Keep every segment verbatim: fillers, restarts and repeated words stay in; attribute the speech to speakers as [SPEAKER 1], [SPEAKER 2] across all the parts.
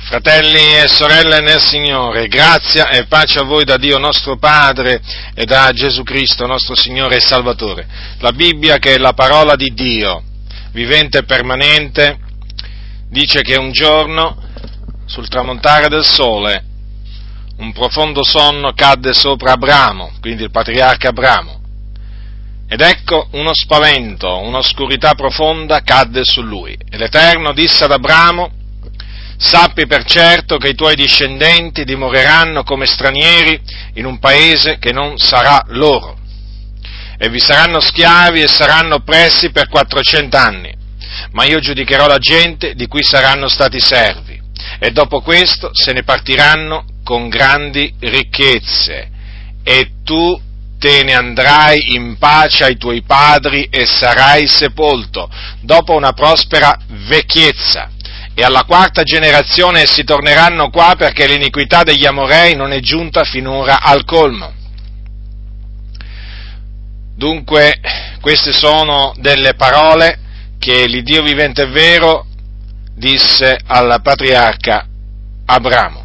[SPEAKER 1] Fratelli e sorelle nel Signore, grazia e pace a voi da Dio nostro Padre e da Gesù Cristo nostro Signore e Salvatore. La Bibbia, che è la parola di Dio, vivente e permanente, dice che un giorno, sul tramontare del sole, un profondo sonno cadde sopra Abramo, quindi il patriarca Abramo, ed ecco uno spavento, un'oscurità profonda cadde su lui. E l'Eterno disse ad Abramo: sappi per certo che i tuoi discendenti dimoreranno come stranieri in un paese che non sarà loro, e vi saranno schiavi e saranno oppressi per quattrocento anni, ma io giudicherò la gente di cui saranno stati servi, e dopo questo se ne partiranno con grandi ricchezze, e tu te ne andrai in pace ai tuoi padri e sarai sepolto dopo una prospera vecchiezza. E alla quarta generazione essi torneranno qua, perché l'iniquità degli Amorei non è giunta finora al colmo. Dunque, queste sono delle parole che l'Iddio vivente e vero disse al patriarca Abramo.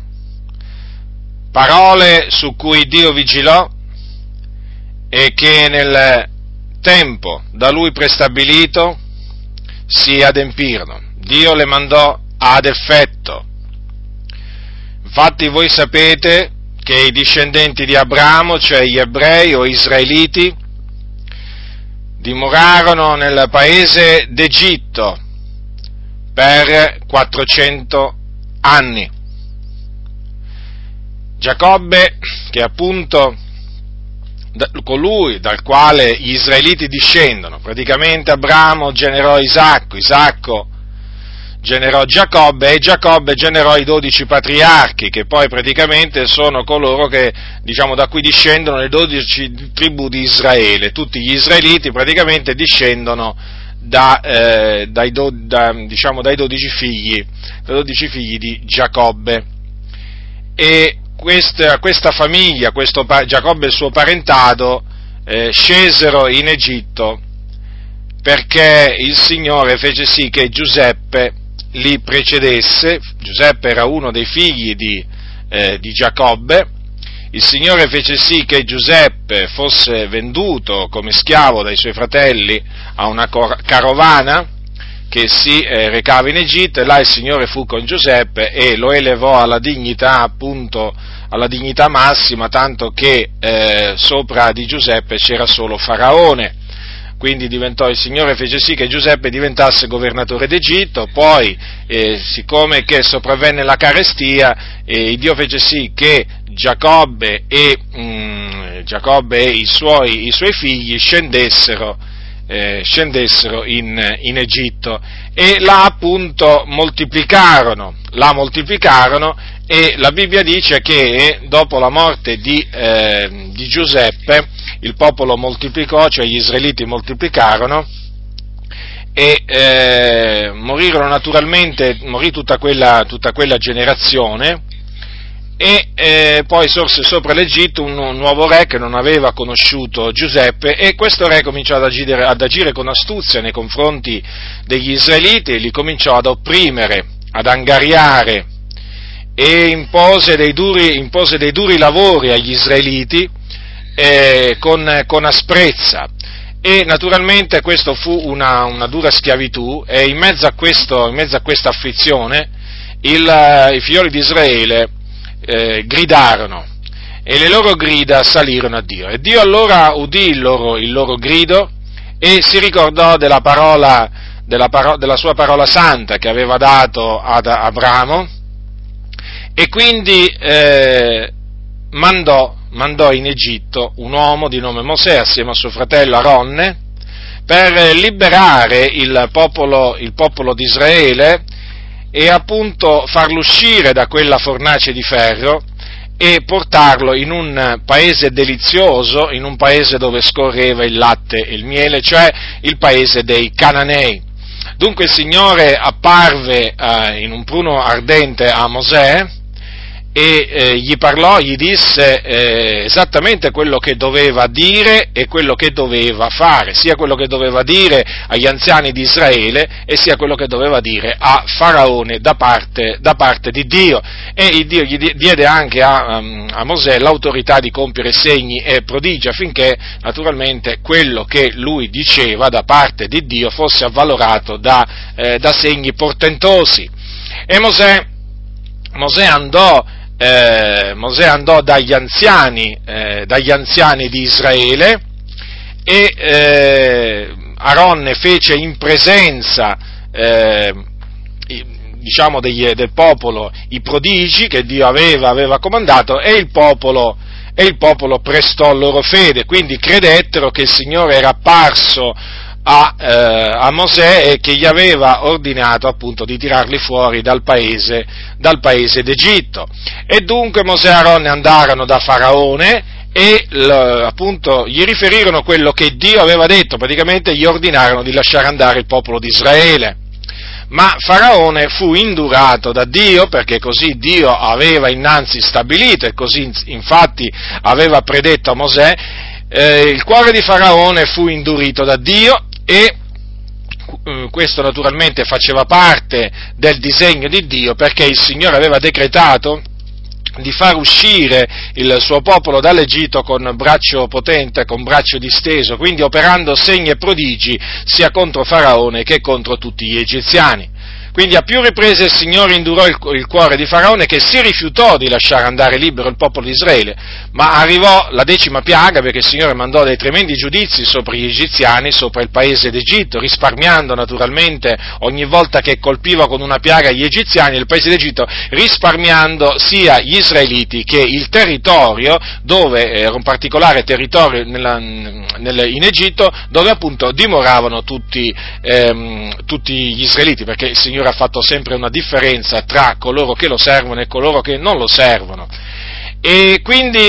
[SPEAKER 1] Parole su cui Dio vigilò e che nel tempo da lui prestabilito si adempirono. Dio le mandò ad effetto. Infatti voi sapete che i discendenti di Abramo, cioè gli ebrei o israeliti, dimorarono nel paese d'Egitto per quattrocento anni. Giacobbe, che è appunto colui dal quale gli israeliti discendono, praticamente Abramo generò Isacco, Isacco generò Giacobbe e Giacobbe generò i dodici patriarchi, che poi praticamente sono coloro che, diciamo, da cui discendono le dodici tribù di Israele. Tutti gli israeliti praticamente discendono da, eh, dai, do, da, diciamo, dai dodici figli, dai dodici figli di Giacobbe. E questa, questa famiglia, questo, Giacobbe e il suo parentado, eh, scesero in Egitto perché il Signore fece sì che Giuseppe li precedesse. Giuseppe era uno dei figli di, eh, di Giacobbe. Il Signore fece sì che Giuseppe fosse venduto come schiavo dai suoi fratelli a una carovana che si eh, recava in Egitto, e là il Signore fu con Giuseppe e lo elevò alla dignità, appunto, alla dignità massima, tanto che eh, sopra di Giuseppe c'era solo Faraone. Quindi diventò, il Signore fece sì che Giuseppe diventasse governatore d'Egitto. Poi, eh, siccome che sopravvenne la carestia, eh, Dio fece sì che Giacobbe e, mm, Giacobbe e i suoi, i suoi figli scendessero, eh, scendessero in, in Egitto, e là appunto moltiplicarono, là moltiplicarono, e la Bibbia dice che dopo la morte di, eh, di Giuseppe il popolo moltiplicò, cioè gli israeliti moltiplicarono, e eh, morirono naturalmente, morì tutta quella, tutta quella generazione, e eh, poi sorse sopra l'Egitto un, un nuovo re che non aveva conosciuto Giuseppe, e questo re cominciò ad agire, ad agire con astuzia nei confronti degli israeliti, e li cominciò ad opprimere, ad angariare, e impose dei duri, impose dei duri lavori agli israeliti, eh, con, con asprezza, e naturalmente questo fu una, una dura schiavitù, e in mezzo a, questo, in mezzo a questa afflizione il, i figlioli di Israele eh, gridarono, e le loro grida salirono a Dio, e Dio allora udì il loro, il loro grido e si ricordò della parola, della, paro, della sua parola santa che aveva dato ad Abramo, e quindi eh, mandò, mandò in Egitto un uomo di nome Mosè assieme a suo fratello Aronne per liberare il popolo, il popolo di Israele, e appunto farlo uscire da quella fornace di ferro e portarlo in un paese delizioso, in un paese dove scorreva il latte e il miele, cioè il paese dei Cananei. Dunque il Signore apparve eh, in un pruno ardente a Mosè, e eh, gli parlò, gli disse eh, esattamente quello che doveva dire e quello che doveva fare, sia quello che doveva dire agli anziani di Israele e sia quello che doveva dire a Faraone da parte, da parte di Dio. E il Dio gli diede anche a, a Mosè l'autorità di compiere segni e prodigi affinché naturalmente quello che lui diceva da parte di Dio fosse avvalorato da, eh, da segni portentosi. E Mosè, Mosè andò Eh, Mosè andò dagli anziani, eh, dagli anziani di Israele e eh, Aronne fece in presenza eh, diciamo degli, del popolo i prodigi che Dio aveva, aveva comandato e il popolo e il popolo prestò loro fede, quindi credettero che il Signore era apparso A, eh, a Mosè e che gli aveva ordinato appunto di tirarli fuori dal paese, dal paese d'Egitto. E dunque Mosè e Aronne andarono da Faraone e l, appunto gli riferirono quello che Dio aveva detto, praticamente gli ordinarono di lasciare andare il popolo di Israele. Ma Faraone fu indurato da Dio, perché così Dio aveva innanzi stabilito e così infatti aveva predetto a Mosè. Eh, il cuore di Faraone fu indurito da Dio e questo naturalmente faceva parte del disegno di Dio, perché il Signore aveva decretato di far uscire il suo popolo dall'Egitto con braccio potente, con braccio disteso, quindi operando segni e prodigi sia contro Faraone che contro tutti gli egiziani. Quindi a più riprese il Signore indurò il, il cuore di Faraone, che si rifiutò di lasciare andare libero il popolo di Israele, ma arrivò la decima piaga, perché il Signore mandò dei tremendi giudizi sopra gli egiziani, sopra il paese d'Egitto, risparmiando naturalmente ogni volta che colpiva con una piaga gli egiziani il paese d'Egitto, risparmiando sia gli israeliti che il territorio, dove era un particolare territorio nella, nel, in Egitto, dove appunto dimoravano tutti, ehm, tutti gli israeliti, perché il Signore ha fatto sempre una differenza tra coloro che lo servono e coloro che non lo servono. E quindi,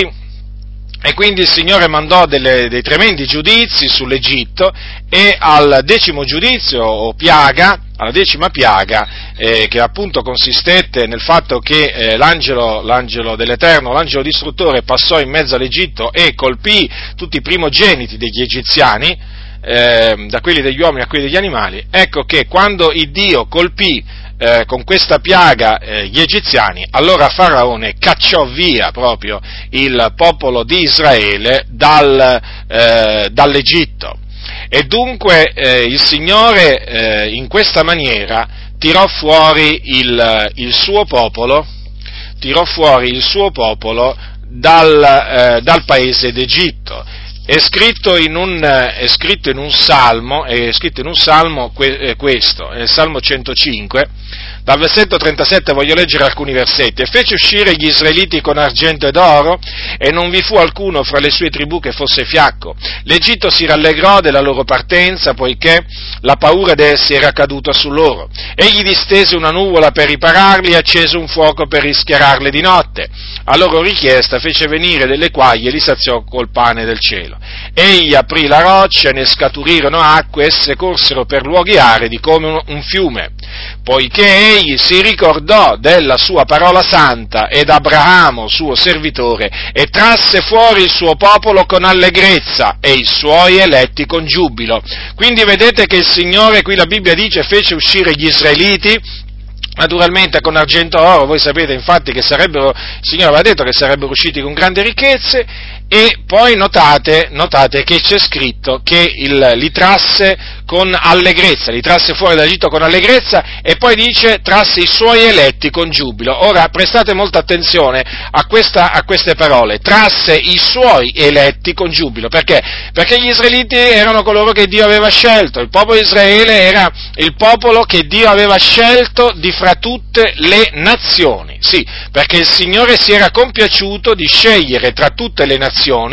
[SPEAKER 1] e quindi il Signore mandò delle, dei tremendi giudizi sull'Egitto, e al decimo giudizio o piaga, alla decima piaga, eh, che appunto consistette nel fatto che eh, l'angelo, l'angelo dell'Eterno, l'angelo distruttore, passò in mezzo all'Egitto e colpì tutti i primogeniti degli egiziani, Eh, da quelli degli uomini a quelli degli animali. Ecco che quando il Dio colpì eh, con questa piaga eh, gli egiziani, allora Faraone cacciò via proprio il popolo di Israele dal, eh, dall'Egitto. E dunque eh, il Signore eh, in questa maniera tirò fuori il, il suo popolo, tirò fuori il suo popolo dal, eh, dal paese d'Egitto. È scritto in un, è scritto in un salmo, è scritto in un salmo que, questo, è il Salmo centocinque, dal versetto trentasette voglio leggere alcuni versetti. E fece uscire gli israeliti con argento ed oro, e non vi fu alcuno fra le sue tribù che fosse fiacco. L'Egitto si rallegrò della loro partenza, poiché la paura d'essi era caduta su loro. Egli distese una nuvola per ripararli e accese un fuoco per rischiararli di notte. A loro richiesta fece venire delle quaglie e li saziò col pane del cielo. Egli aprì la roccia, ne scaturirono acque, esse corsero per luoghi aridi come un fiume. Poiché egli si ricordò della sua parola santa ed Abramo, suo servitore, e trasse fuori il suo popolo con allegrezza e i suoi eletti con giubilo. Quindi vedete che il Signore, qui la Bibbia dice, fece uscire gli israeliti, naturalmente con argento e oro. Voi sapete infatti che sarebbero, il Signore aveva detto che sarebbero usciti con grandi ricchezze, e poi notate, notate che c'è scritto che il, li trasse con allegrezza, li trasse fuori dall'Egitto con allegrezza, e poi dice trasse i suoi eletti con giubilo. Ora prestate molta attenzione a, questa, a queste parole, trasse i suoi eletti con giubilo, perché? Perché gli israeliti erano coloro che Dio aveva scelto, il popolo di Israele era il popolo che Dio aveva scelto di fra tutte le nazioni, sì, perché il Signore si era compiaciuto di scegliere tra tutte le nazioni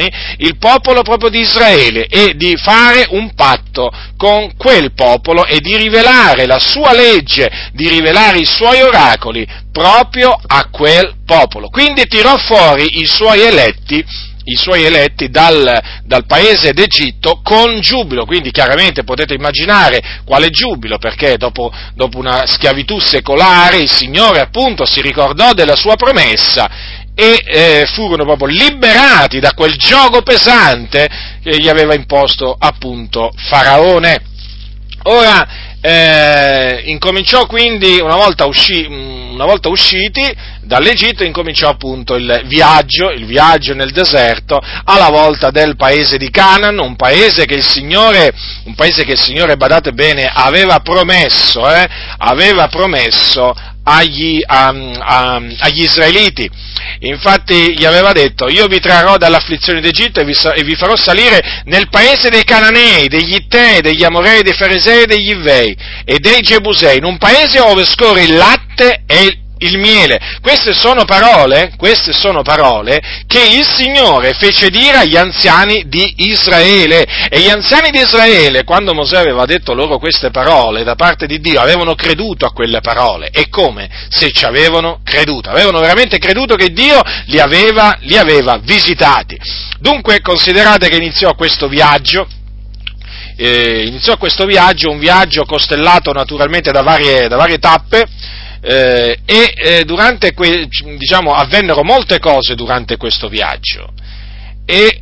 [SPEAKER 1] il popolo proprio di Israele e di fare un patto con quel popolo e di rivelare la sua legge, di rivelare i suoi oracoli proprio a quel popolo. Quindi tirò fuori i suoi eletti i suoi eletti dal, dal paese d'Egitto con giubilo, quindi chiaramente potete immaginare quale giubilo, perché dopo, dopo una schiavitù secolare il Signore appunto si ricordò della sua promessa e eh, furono proprio liberati da quel giogo pesante che gli aveva imposto appunto Faraone. Ora, eh, incominciò quindi, una volta, usci, una volta usciti dall'Egitto, incominciò appunto il viaggio, il viaggio nel deserto, alla volta del paese di Canaan, un paese che il Signore, un paese che il Signore, badate bene, aveva promesso, eh, aveva promesso agli, a, a, agli israeliti. Infatti gli aveva detto: io vi trarrò dall'afflizione d'Egitto e vi, e vi farò salire nel paese dei Cananei, degli Ittei, degli Amorei, dei Feresei, degli Ivei e dei Gebusei, in un paese dove scorre il latte e il il miele. Queste sono parole, queste sono parole che il Signore fece dire agli anziani di Israele, e gli anziani di Israele, quando Mosè aveva detto loro queste parole da parte di Dio, avevano creduto a quelle parole. E come? Se ci avevano creduto, avevano veramente creduto che Dio li aveva, li aveva visitati. Dunque considerate che iniziò questo viaggio, eh, iniziò questo viaggio, un viaggio costellato naturalmente da varie, da varie tappe, Eh, e eh, durante que- diciamo avvennero molte cose durante questo viaggio e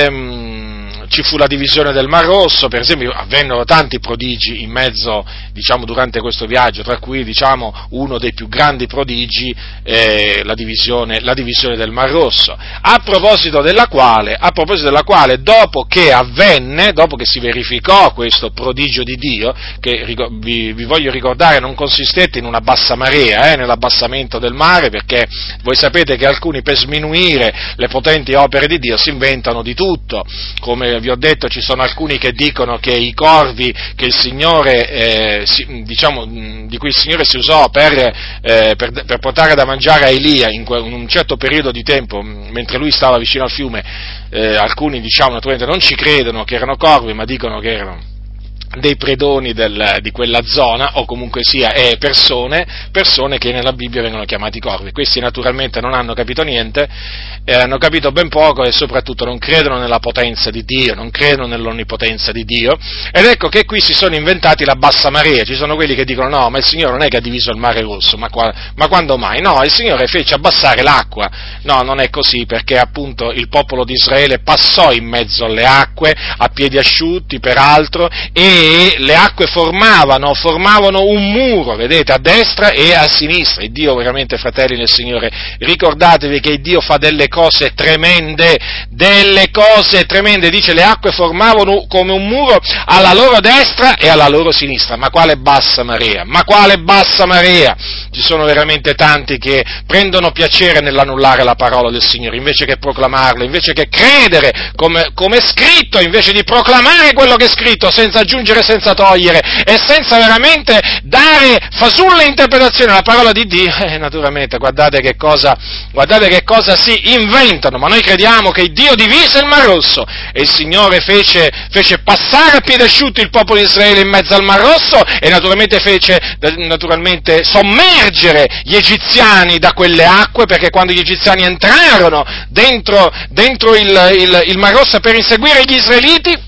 [SPEAKER 1] ehm, ci fu la divisione del Mar Rosso, per esempio, avvennero tanti prodigi in mezzo, diciamo, durante questo viaggio, tra cui, diciamo, uno dei più grandi prodigi, eh, la divisione, la divisione del Mar Rosso, a proposito della quale, a proposito della quale, dopo che avvenne, dopo che si verificò questo prodigio di Dio, che vi, vi voglio ricordare non consistette in una bassa marea, eh, nell'abbassamento del mare, perché voi sapete che alcuni, per sminuire le potenti opere di Dio, si inventano di tutto. Come vi ho detto, ci sono alcuni che dicono che i corvi che il Signore, eh, si, diciamo, di cui il Signore si usò per, eh, per, per portare da mangiare a Elia in, que, in un certo periodo di tempo, mentre lui stava vicino al fiume, eh, alcuni, diciamo, naturalmente non ci credono che erano corvi, ma dicono che erano dei predoni del, di quella zona, o comunque sia eh, persone, persone che nella Bibbia vengono chiamati corvi. Questi naturalmente non hanno capito niente, eh, hanno capito ben poco e soprattutto non credono nella potenza di Dio, non credono nell'onnipotenza di Dio, ed ecco che qui si sono inventati la bassa marea. Ci sono quelli che dicono: no, ma il Signore non è che ha diviso il mare Rosso, ma, qua, ma quando mai? No, il Signore fece abbassare l'acqua. No, non è così, perché appunto il popolo di Israele passò in mezzo alle acque, a piedi asciutti peraltro, e e le acque formavano, formavano un muro, vedete, a destra e a sinistra. E Dio, veramente, fratelli nel Signore, ricordatevi che Dio fa delle cose tremende, delle cose tremende. Dice: le acque formavano come un muro alla loro destra e alla loro sinistra. Ma quale bassa marea? Ma quale bassa marea? Ci sono veramente tanti che prendono piacere nell'annullare la parola del Signore, invece che proclamarlo, invece che credere come, come è scritto, invece di proclamare quello che è scritto, senza aggiungere, senza togliere e senza veramente dare fasulla interpretazione alla parola di Dio. Eh, naturalmente, guardate che cosa, guardate che cosa si inventano. Ma noi crediamo che Dio divise il Mar Rosso e il Signore fece, fece passare a piedi asciutti il popolo di Israele in mezzo al Mar Rosso, e naturalmente fece naturalmente sommergere gli egiziani da quelle acque, perché quando gli egiziani entrarono dentro, dentro il, il, il Mar Rosso per inseguire gli israeliti,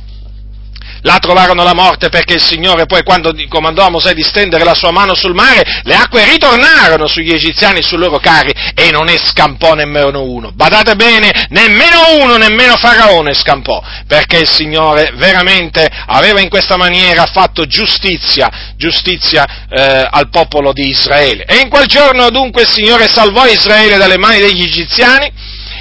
[SPEAKER 1] là trovarono la morte, perché il Signore poi, quando comandò a Mosè di stendere la sua mano sul mare, le acque ritornarono sugli egiziani e sui loro carri, e non ne scampò nemmeno uno. Badate bene, nemmeno uno, nemmeno Faraone scampò, perché il Signore veramente aveva in questa maniera fatto giustizia, giustizia eh, al popolo di Israele. E in quel giorno dunque il Signore salvò Israele dalle mani degli egiziani.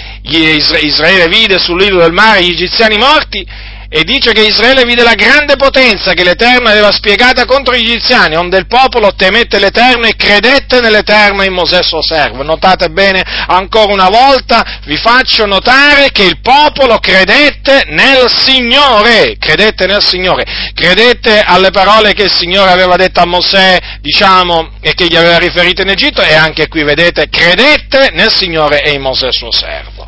[SPEAKER 1] Israele vide sull'ilo del mare gli egiziani morti, e dice che Israele vide la grande potenza che l'Eterno aveva spiegata contro gli egiziani, onde il popolo temette l'Eterno e credette nell'Eterno in Mosè suo servo. Notate bene, ancora una volta vi faccio notare che il popolo credette nel Signore, credette nel Signore, credette alle parole che il Signore aveva detto a Mosè, diciamo, e che gli aveva riferito in Egitto, e anche qui, vedete, credette nel Signore e in Mosè suo servo.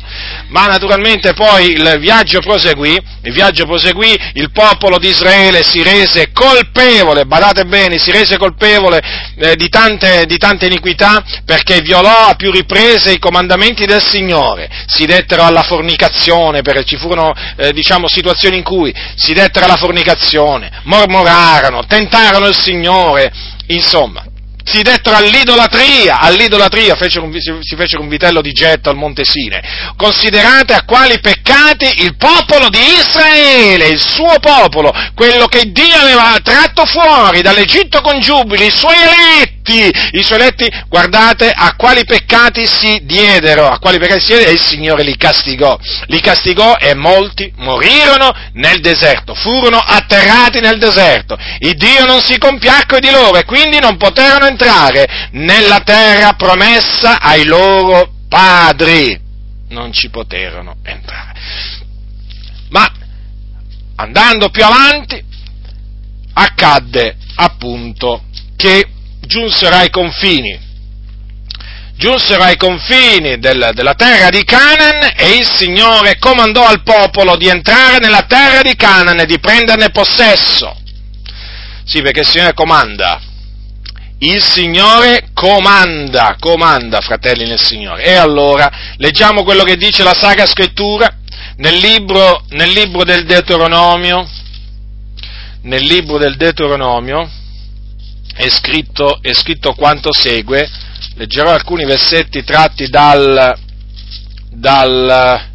[SPEAKER 1] ma naturalmente poi il viaggio proseguì, il viaggio proseguì, il popolo di Israele si rese colpevole, badate bene, si rese colpevole eh, di tante, di tante iniquità, perché violò a più riprese i comandamenti del Signore, si dettero alla fornicazione, perché ci furono eh, diciamo situazioni in cui si dettero alla fornicazione, mormorarono, tentarono il Signore, insomma, si dettero all'idolatria, all'idolatria, fecero un, si fecero un vitello di getto al Monte Sinai. Considerate a quali peccati il popolo di Israele, il suo popolo, quello che Dio aveva tratto fuori dall'Egitto con giubili, i suoi eletti, i suoi eletti, guardate a quali peccati si diedero, a quali peccati si diedero, e il Signore li castigò, li castigò e molti morirono nel deserto, furono atterrati nel deserto, il Dio non si compiacque di loro e quindi non poterono entrare nella terra promessa ai loro padri, non ci poterono entrare. Ma andando più avanti accadde appunto che giunsero ai confini, giunsero ai confini del, della terra di Canaan e il Signore comandò al popolo di entrare nella terra di Canaan e di prenderne possesso. Sì, perché il Signore comanda. Il Signore comanda, comanda, fratelli nel Signore. E allora, leggiamo quello che dice la Sacra Scrittura nel libro, nel libro del Deuteronomio, nel libro del Deuteronomio è scritto, è scritto quanto segue. Leggerò alcuni versetti tratti dal, dal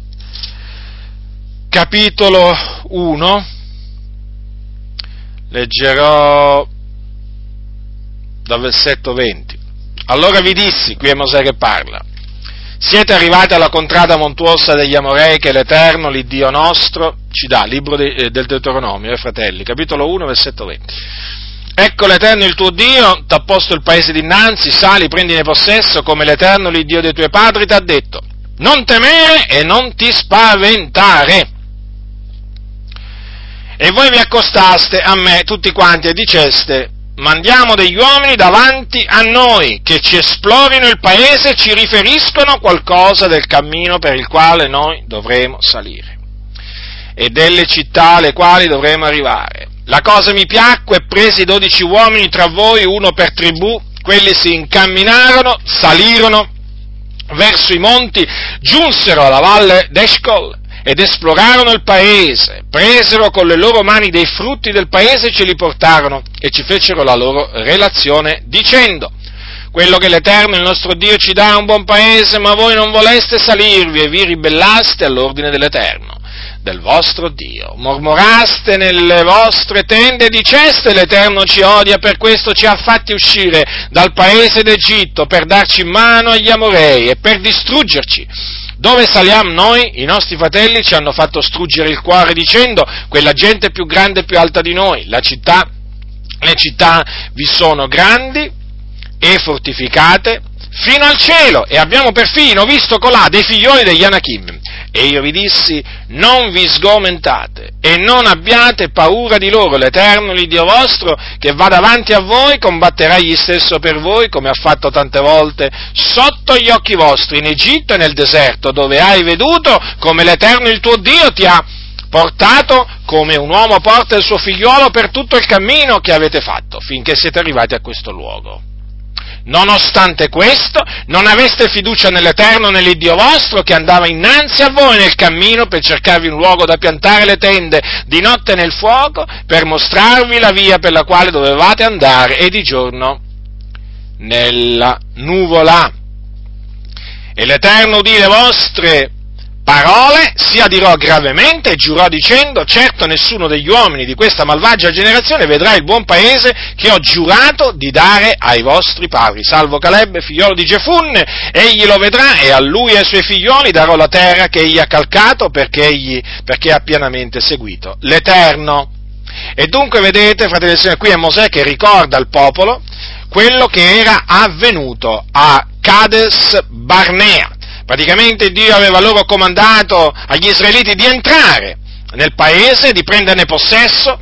[SPEAKER 1] capitolo uno, leggerò dal versetto venti. Allora vi dissi, qui è Mosè che parla, siete arrivati alla contrada montuosa degli Amorei che l'Eterno, l'Iddio nostro, ci dà, libro de, eh, del Deuteronomio, eh, fratelli, capitolo uno, versetto venti. Ecco l'Eterno il tuo Dio, t'ha posto il paese dinanzi, sali, prendine possesso, come l'Eterno, l'Iddio dei tuoi padri, t'ha detto. Non temere e non ti spaventare. E voi vi accostaste a me, tutti quanti, e diceste, mandiamo degli uomini davanti a noi, che ci esplorino il paese e ci riferiscono qualcosa del cammino per il quale noi dovremo salire, e delle città alle quali dovremo arrivare. La cosa mi piacque e presi dodici uomini tra voi, uno per tribù, quelli si incamminarono, salirono verso i monti, giunsero alla valle d'Eshcol ed esplorarono il paese, presero con le loro mani dei frutti del paese e ce li portarono e ci fecero la loro relazione dicendo: quello che l'Eterno, il nostro Dio, ci dà è un buon paese, ma voi non voleste salirvi e vi ribellaste all'ordine dell'Eterno, del vostro Dio. Mormoraste nelle vostre tende e diceste: l'Eterno ci odia, per questo ci ha fatti uscire dal paese d'Egitto per darci in mano agli Amorei e per distruggerci. Dove saliamo noi? I nostri fratelli ci hanno fatto struggere il cuore dicendo: quella gente è più grande e più alta di noi. La città, le città vi sono grandi e fortificate fino al cielo, e abbiamo perfino visto colà dei figlioli degli Anachim. E io vi dissi: non vi sgomentate e non abbiate paura di loro, l'Eterno, l'Iddio vostro, che va davanti a voi, combatterà egli stesso per voi, come ha fatto tante volte sotto gli occhi vostri, in Egitto e nel deserto, dove hai veduto come l'Eterno, il tuo Dio, ti ha portato come un uomo porta il suo figliolo per tutto il cammino che avete fatto, finché siete arrivati a questo luogo. Nonostante questo, non aveste fiducia nell'Eterno, nell'Iddio vostro, che andava innanzi a voi nel cammino per cercarvi un luogo da piantare le tende, di notte nel fuoco, per mostrarvi la via per la quale dovevate andare, e di giorno nella nuvola. E l'Eterno udì le vostre parole, si adirò gravemente e giurò dicendo: certo nessuno degli uomini di questa malvagia generazione vedrà il buon paese che ho giurato di dare ai vostri padri, salvo Caleb, figliolo di Gefunne, egli lo vedrà, e a lui e ai suoi figlioli darò la terra che egli ha calcato, perché egli, perché ha pienamente seguito l'Eterno. E dunque vedete, fratelli e sorelle, qui è Mosè che ricorda al popolo quello che era avvenuto a Cades Barnea. Praticamente Dio aveva loro comandato agli israeliti di entrare nel paese, di prenderne possesso,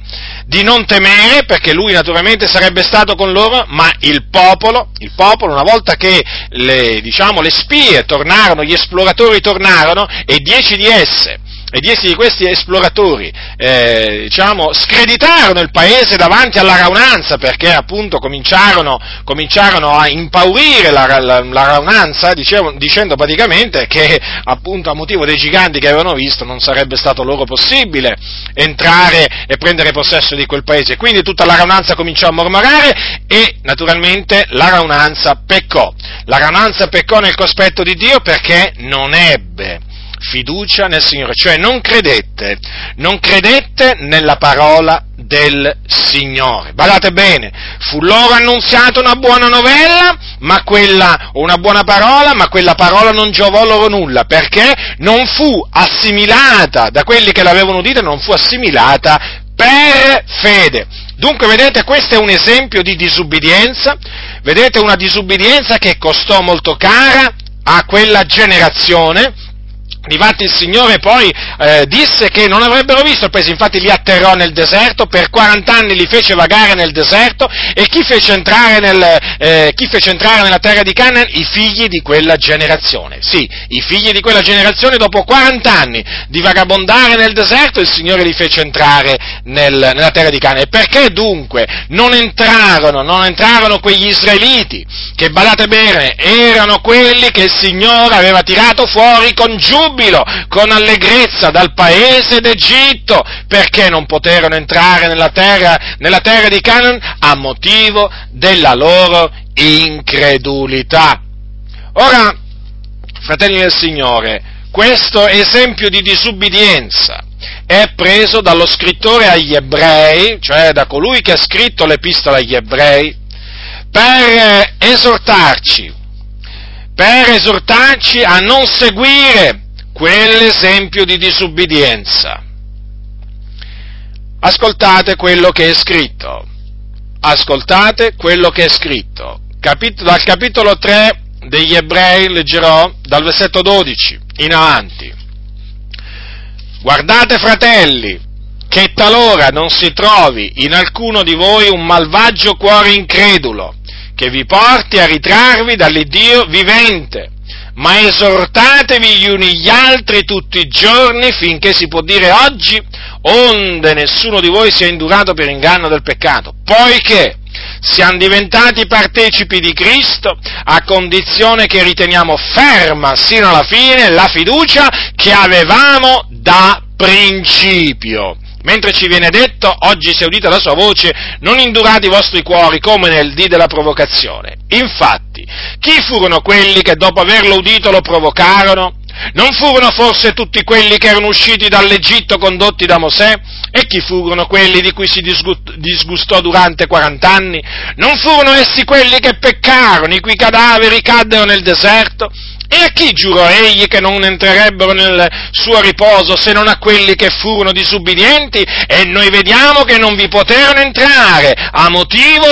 [SPEAKER 1] di non temere, perché lui naturalmente sarebbe stato con loro, ma il popolo, il popolo, una volta che le, diciamo, le spie tornarono, gli esploratori tornarono, e dieci di esse, e dieci di questi esploratori, eh, diciamo, screditarono il paese davanti alla raunanza, perché appunto cominciarono, cominciarono a impaurire la, la, la raunanza, dicevo, dicendo praticamente che appunto a motivo dei giganti che avevano visto non sarebbe stato loro possibile entrare e prendere possesso di quel paese. Quindi tutta la raunanza cominciò a mormorare e naturalmente la raunanza peccò. La raunanza peccò nel cospetto di Dio perché non ebbe fiducia nel Signore, cioè non credette, non credette nella parola del Signore. Badate bene, fu loro annunziata una buona novella, ma quella, una buona parola, ma quella parola non giovò loro nulla, perché non fu assimilata da quelli che l'avevano udita, non fu assimilata per fede. Dunque, vedete, questo è un esempio di disubbidienza, vedete, una disubbidienza che costò molto cara a quella generazione. Difatti il Signore poi eh, disse che non avrebbero visto il paese, infatti li atterrò nel deserto, per quaranta anni li fece vagare nel deserto, e chi fece entrare, nel, eh, chi fece entrare nella terra di Canaan? I figli di quella generazione. Sì, i figli di quella generazione, dopo quaranta anni di vagabondare nel deserto, il Signore li fece entrare nel, nella terra di Canaan. E perché dunque non entrarono, non entrarono quegli israeliti, che, badate bene, erano quelli che il Signore aveva tirato fuori con giubilo, con allegrezza dal paese d'Egitto? Perché non poterono entrare nella terra, nella terra di Canaan? A motivo della loro incredulità. Ora, fratelli del Signore, questo esempio di disubbidienza è preso dallo scrittore agli Ebrei, cioè da colui che ha scritto l'epistola agli Ebrei, per esortarci, per esortarci a non seguire quell'esempio di disubbidienza. Ascoltate quello che è scritto, ascoltate quello che è scritto, Capit- dal capitolo tre degli Ebrei leggerò dal versetto dodici in avanti. Guardate, fratelli, che talora non si trovi in alcuno di voi un malvagio cuore incredulo, che vi porti a ritrarvi dall'Iddio vivente, ma esortatevi gli uni gli altri tutti i giorni, finché si può dire oggi, onde nessuno di voi sia indurato per inganno del peccato, poiché siamo diventati partecipi di Cristo, a condizione che riteniamo ferma sino alla fine la fiducia che avevamo da principio. Mentre ci viene detto, oggi se udite la sua voce, non indurate i vostri cuori come nel dì della provocazione. Infatti, chi furono quelli che dopo averlo udito lo provocarono? Non furono forse tutti quelli che erano usciti dall'Egitto condotti da Mosè? E chi furono quelli di cui si disgustò durante quarant'anni? Non furono essi quelli che peccarono, i cui cadaveri caddero nel deserto? E a chi giurò egli che non entrerebbero nel suo riposo, se non a quelli che furono disubbidienti? E noi vediamo che non vi poterono entrare a motivo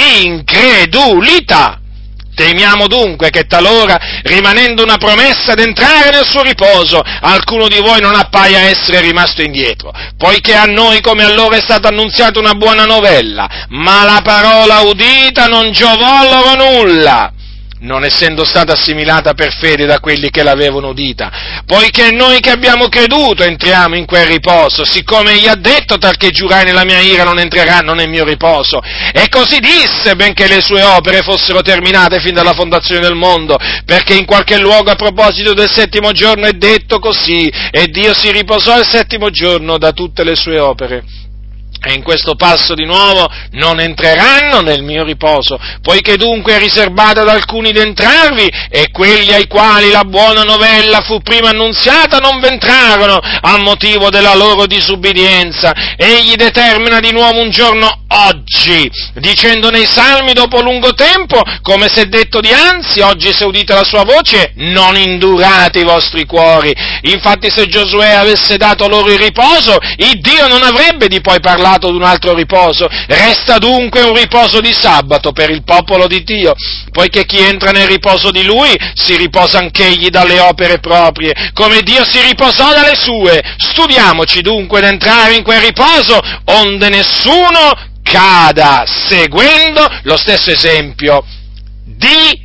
[SPEAKER 1] dell'incredulità. Temiamo dunque che talora, rimanendo una promessa d'entrare nel suo riposo, alcuno di voi non appaia essere rimasto indietro, poiché a noi come a loro è stata annunziata una buona novella, ma la parola udita non giovò loro nulla, non essendo stata assimilata per fede da quelli che l'avevano udita, poiché noi che abbiamo creduto entriamo in quel riposo, siccome egli ha detto, talché giurai nella mia ira non entreranno nel mio riposo, e così disse, benché le sue opere fossero terminate fin dalla fondazione del mondo, perché in qualche luogo a proposito del settimo giorno è detto così, e Dio si riposò il settimo giorno da tutte le sue opere. E in questo passo di nuovo non entreranno nel mio riposo, poiché dunque è riservato ad alcuni d'entrarvi, e quelli ai quali la buona novella fu prima annunziata non v'entrarono a motivo della loro disubbidienza. Egli determina di nuovo un giorno oggi, dicendo nei Salmi dopo lungo tempo, come se detto dianzi, oggi se udite la sua voce, non indurate i vostri cuori. Infatti se Giosuè avesse dato loro il riposo, il Dio non avrebbe di poi parlato passato ad un altro riposo. Resta dunque un riposo di sabato per il popolo di Dio, poiché chi entra nel riposo di Lui si riposa anch'egli dalle opere proprie, come Dio si riposò dalle sue. Studiamoci dunque ad entrare in quel riposo, onde nessuno cada, seguendo lo stesso esempio di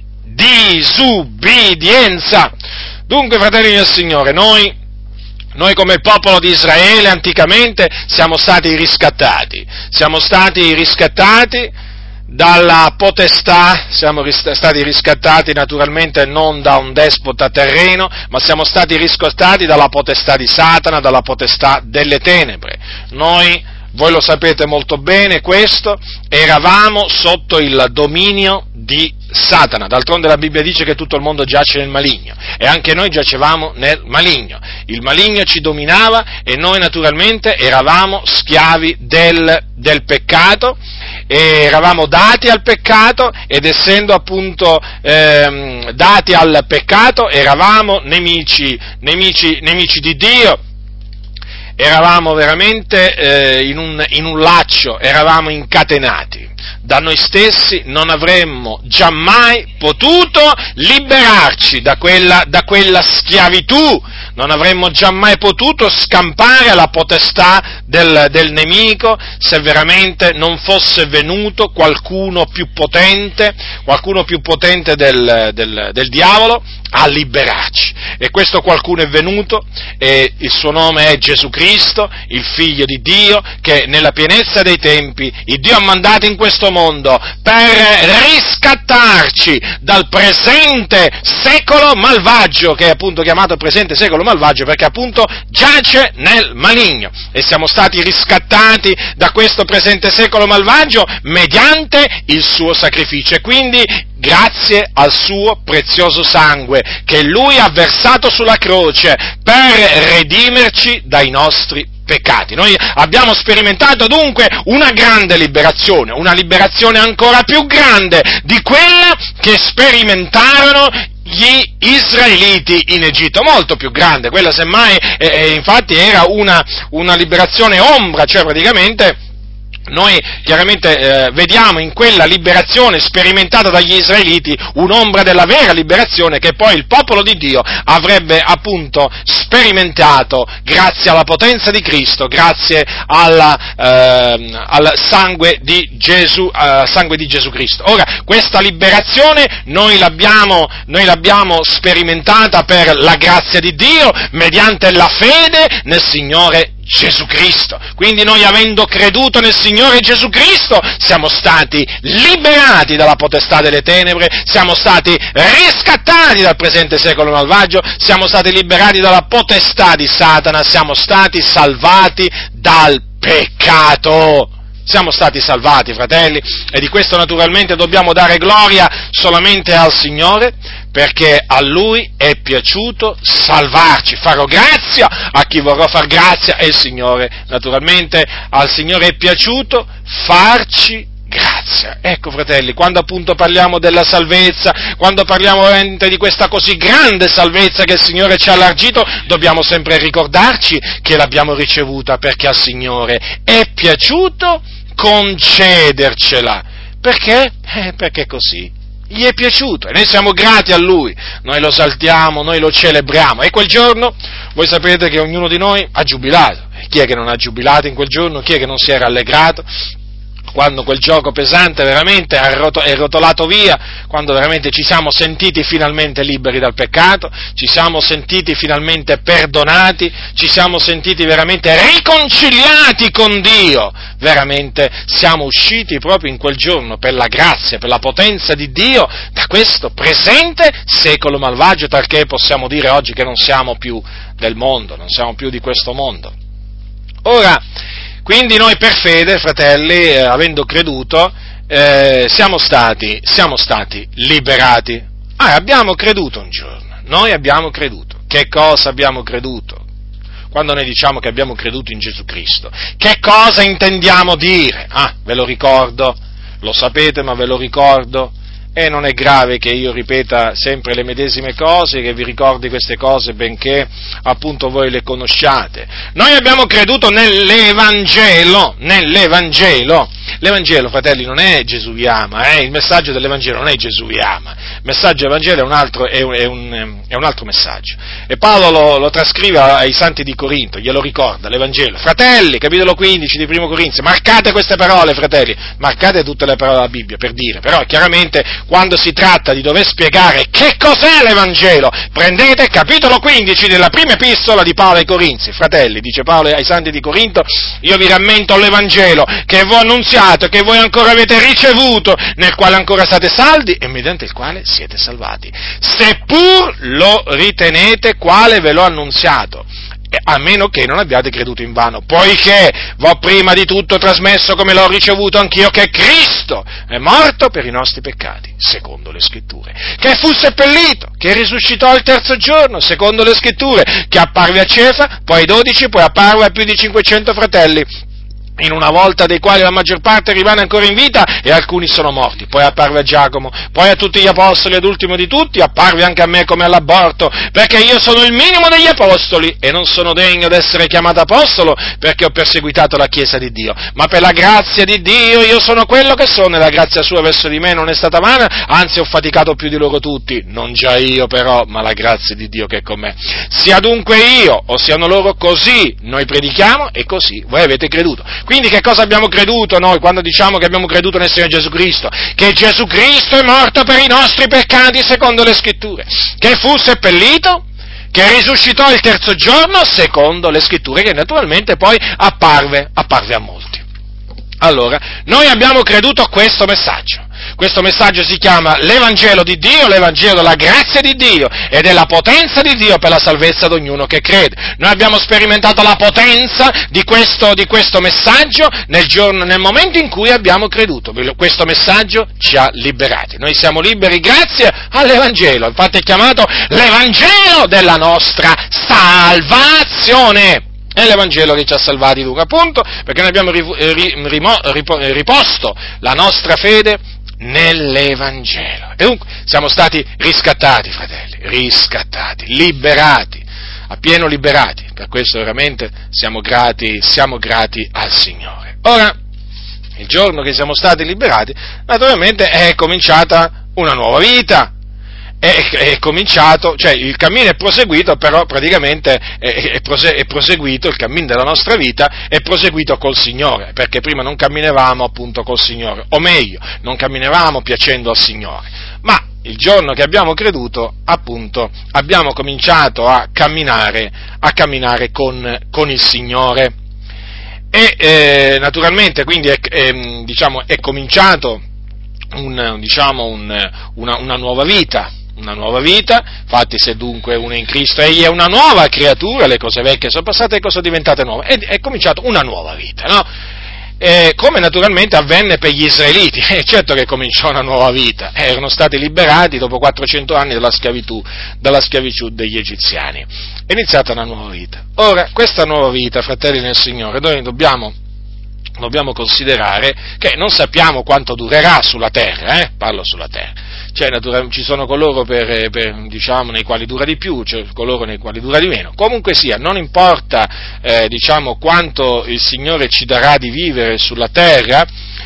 [SPEAKER 1] disubbidienza. Dunque, fratelli del Signore, noi, noi come il popolo di Israele anticamente siamo stati riscattati, siamo stati riscattati dalla potestà, siamo ris- stati riscattati naturalmente non da un despota terreno, ma siamo stati riscattati dalla potestà di Satana, dalla potestà delle tenebre. Noi, voi lo sapete molto bene questo, eravamo sotto il dominio di Satana. D'altronde la Bibbia dice che tutto il mondo giace nel maligno, e anche noi giacevamo nel maligno. Il maligno ci dominava e noi naturalmente eravamo schiavi del, del peccato, e eravamo dati al peccato, ed essendo appunto ehm, dati al peccato eravamo nemici, nemici, nemici di Dio. Eravamo veramente eh, in, un, in un laccio, eravamo incatenati. Da noi stessi non avremmo giammai potuto liberarci da quella, da quella schiavitù, non avremmo giammai potuto scampare alla potestà del, del nemico se veramente non fosse venuto qualcuno più potente, qualcuno più potente del, del, del diavolo a liberarci. E questo qualcuno è venuto, e il suo nome è Gesù Cristo, il Figlio di Dio, che nella pienezza dei tempi il Dio ha mandato in questo mondo per riscattarci dal presente secolo malvagio, che è appunto chiamato presente secolo malvagio perché appunto giace nel maligno, e siamo stati riscattati da questo presente secolo malvagio mediante il suo sacrificio, e quindi grazie al suo prezioso sangue che Lui ha versato sulla croce per redimerci dai nostri peccati. Noi abbiamo sperimentato dunque una grande liberazione, una liberazione ancora più grande di quella che sperimentarono gli israeliti in Egitto, molto più grande. Quella semmai, eh, infatti, era una, una liberazione ombra, cioè praticamente noi chiaramente eh, vediamo in quella liberazione sperimentata dagli israeliti un'ombra della vera liberazione che poi il popolo di Dio avrebbe appunto sperimentato grazie alla potenza di Cristo, grazie alla, eh, al sangue di Gesù, eh, sangue di Gesù Cristo. Ora, questa liberazione noi l'abbiamo, noi l'abbiamo sperimentata per la grazia di Dio mediante la fede nel Signore Gesù Cristo. Quindi noi, avendo creduto nel Signore Gesù Cristo, siamo stati liberati dalla potestà delle tenebre, siamo stati riscattati dal presente secolo malvagio, siamo stati liberati dalla potestà di Satana, siamo stati salvati dal peccato. Siamo stati salvati, fratelli, e di questo naturalmente dobbiamo dare gloria solamente al Signore, perché a Lui è piaciuto salvarci. Farò grazia a chi vorrò far grazia, e il Signore, naturalmente, al Signore è piaciuto farci grazia. Ecco, fratelli, quando appunto parliamo della salvezza, quando parliamo veramente di questa così grande salvezza che il Signore ci ha allargito, dobbiamo sempre ricordarci che l'abbiamo ricevuta perché al Signore è piaciuto concedercela. Perché? Eh, perché così gli è piaciuto, e noi siamo grati a Lui, noi lo esaltiamo, noi lo celebriamo, e quel giorno voi sapete che ognuno di noi ha giubilato. Chi è che non ha giubilato in quel giorno? Chi è che non si è rallegrato quando quel gioco pesante veramente è rotolato via, quando veramente ci siamo sentiti finalmente liberi dal peccato, ci siamo sentiti finalmente perdonati, ci siamo sentiti veramente riconciliati con Dio? Veramente siamo usciti proprio in quel giorno, per la grazia, per la potenza di Dio, da questo presente secolo malvagio, talché possiamo dire oggi che non siamo più del mondo, non siamo più di questo mondo. Ora, quindi noi per fede, fratelli, eh, avendo creduto, eh, siamo stati, siamo stati liberati. Ah, abbiamo creduto un giorno, noi abbiamo creduto. Che cosa abbiamo creduto? Quando noi diciamo che abbiamo creduto in Gesù Cristo, che cosa intendiamo dire? Ah, ve lo ricordo, lo sapete, ma ve lo ricordo. E non è grave che io ripeta sempre le medesime cose, che vi ricordi queste cose, benché appunto voi le conosciate. Noi abbiamo creduto nell'Evangelo, nell'Evangelo. L'Evangelo, fratelli, non è Gesù vi ama, eh? Il messaggio dell'Evangelo non è Gesù vi ama, il messaggio dell'Evangelo è un altro, è un, è un, è un altro messaggio. E Paolo lo, lo trascrive ai santi di Corinto, glielo ricorda, l'Evangelo. Fratelli, capitolo quindici di Primo Corinzi, marcate queste parole, fratelli, marcate tutte le parole della Bibbia, per dire, però chiaramente quando si tratta di dover spiegare che cos'è l'Evangelo, prendete capitolo quindici della prima epistola di Paolo ai Corinzi. Fratelli, dice Paolo ai santi di Corinto, io vi rammento l'Evangelo che voi annunziate, che voi ancora avete ricevuto, nel quale ancora state saldi e mediante il quale siete salvati, seppur lo ritenete quale ve l'ho annunziato, a meno che non abbiate creduto in vano, poiché v'ho prima di tutto trasmesso come l'ho ricevuto anch'io, che Cristo è morto per i nostri peccati, secondo le Scritture, che fu seppellito, che risuscitò il terzo giorno, secondo le Scritture, che apparve a Cefa, poi ai dodici, poi apparve a più di cinquecento fratelli, in una volta dei quali la maggior parte rimane ancora in vita e alcuni sono morti. Poi apparve a Giacomo, poi a tutti gli apostoli ed ultimo di tutti apparve anche a me come all'aborto, perché io sono il minimo degli apostoli e non sono degno d'essere chiamato apostolo perché ho perseguitato la Chiesa di Dio, ma per la grazia di Dio io sono quello che sono e la grazia sua verso di me non è stata vana, anzi ho faticato più di loro tutti, non già io però, ma la grazia di Dio che è con me. Sia dunque io o siano loro, così noi predichiamo e così voi avete creduto. Quindi che cosa abbiamo creduto noi quando diciamo che abbiamo creduto nel Signore Gesù Cristo? Che Gesù Cristo è morto per i nostri peccati secondo le Scritture, che fu seppellito, che risuscitò il terzo giorno secondo le Scritture, che naturalmente poi apparve, apparve a molti. Allora, noi abbiamo creduto a questo messaggio. Questo messaggio si chiama l'Evangelo di Dio, l'Evangelo della grazia di Dio ed è la potenza di Dio per la salvezza di ognuno che crede. Noi abbiamo sperimentato la potenza di questo, di questo messaggio nel giorno, nel momento in cui abbiamo creduto. Questo messaggio ci ha liberati. Noi siamo liberi grazie all'Evangelo, infatti è chiamato l'Evangelo della nostra salvazione. È l'Evangelo che ci ha salvati dunque, appunto, perché noi abbiamo riposto la nostra fede nell'Evangelo. E dunque siamo stati riscattati, fratelli, riscattati, liberati, appieno liberati. Per questo veramente siamo grati, siamo grati al Signore. Ora, il giorno che siamo stati liberati, naturalmente è cominciata una nuova vita. È, è cominciato, cioè il cammino è proseguito, però praticamente è, è, prose, è proseguito, il cammino della nostra vita è proseguito col Signore, perché prima non camminavamo appunto col Signore, o meglio, non camminavamo piacendo al Signore, ma il giorno che abbiamo creduto, appunto, abbiamo cominciato a camminare, a camminare con, con il Signore, e eh, naturalmente quindi è, è, diciamo, è cominciato un, diciamo, un, una, una nuova vita, una nuova vita, infatti se dunque uno è in Cristo egli è una nuova creatura, le cose vecchie sono passate e le cose sono diventate nuove, ed è cominciata una nuova vita, no? Eh, come naturalmente avvenne per gli israeliti, eh, certo che cominciò una nuova vita, eh, erano stati liberati dopo quattrocento anni dalla schiavitù, dalla schiavitù degli egiziani, è iniziata una nuova vita. Ora, questa nuova vita, fratelli nel Signore, noi dobbiamo dobbiamo considerare che non sappiamo quanto durerà sulla terra, eh? Parlo sulla terra, cioè naturalmente ci sono coloro per, per, diciamo, nei quali dura di più, cioè coloro nei quali dura di meno, comunque sia, non importa eh, diciamo quanto il Signore ci darà di vivere sulla terra,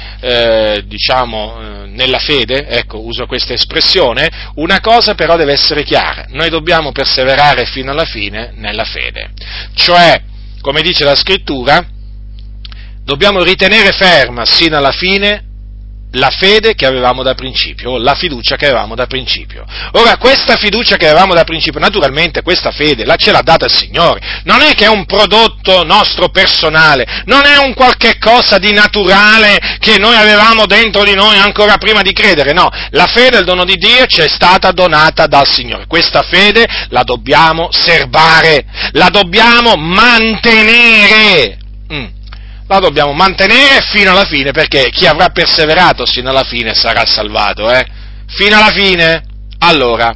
[SPEAKER 1] eh, diciamo eh, nella fede, ecco, uso questa espressione, una cosa però deve essere chiara, noi dobbiamo perseverare fino alla fine nella fede, cioè, come dice la Scrittura, dobbiamo ritenere ferma sino alla fine la fede che avevamo da principio, o la fiducia che avevamo da principio. Ora, questa fiducia che avevamo da principio, naturalmente questa fede la ce l'ha data il Signore, non è che è un prodotto nostro personale, non è un qualche cosa di naturale che noi avevamo dentro di noi ancora prima di credere, no, la fede, il dono di Dio, ci è stata donata dal Signore, questa fede la dobbiamo serbare, la dobbiamo mantenere, mm. la dobbiamo mantenere fino alla fine, perché chi avrà perseverato fino alla fine sarà salvato, eh? Fino alla fine? Allora,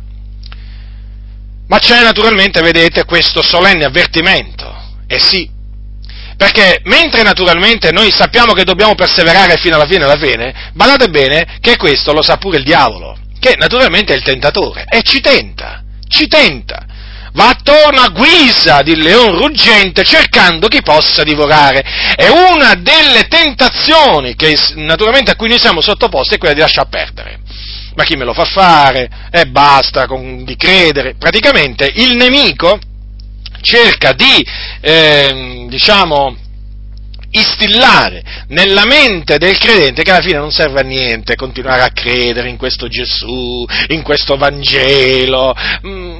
[SPEAKER 1] ma c'è naturalmente, vedete, questo solenne avvertimento, eh sì, Perché mentre naturalmente noi sappiamo che dobbiamo perseverare fino alla fine della fine, badate bene che questo lo sa pure il diavolo, che naturalmente è il tentatore, e ci tenta, ci tenta. Va attorno a guisa di leon ruggente cercando chi possa divorare. E una delle tentazioni che naturalmente a cui noi siamo sottoposti è quella di lasciar perdere. Ma chi me lo fa fare? E eh, basta con, di credere. Praticamente il nemico cerca di, eh, diciamo, instillare nella mente del credente che alla fine non serve a niente continuare a credere in questo Gesù, in questo Vangelo. Mm,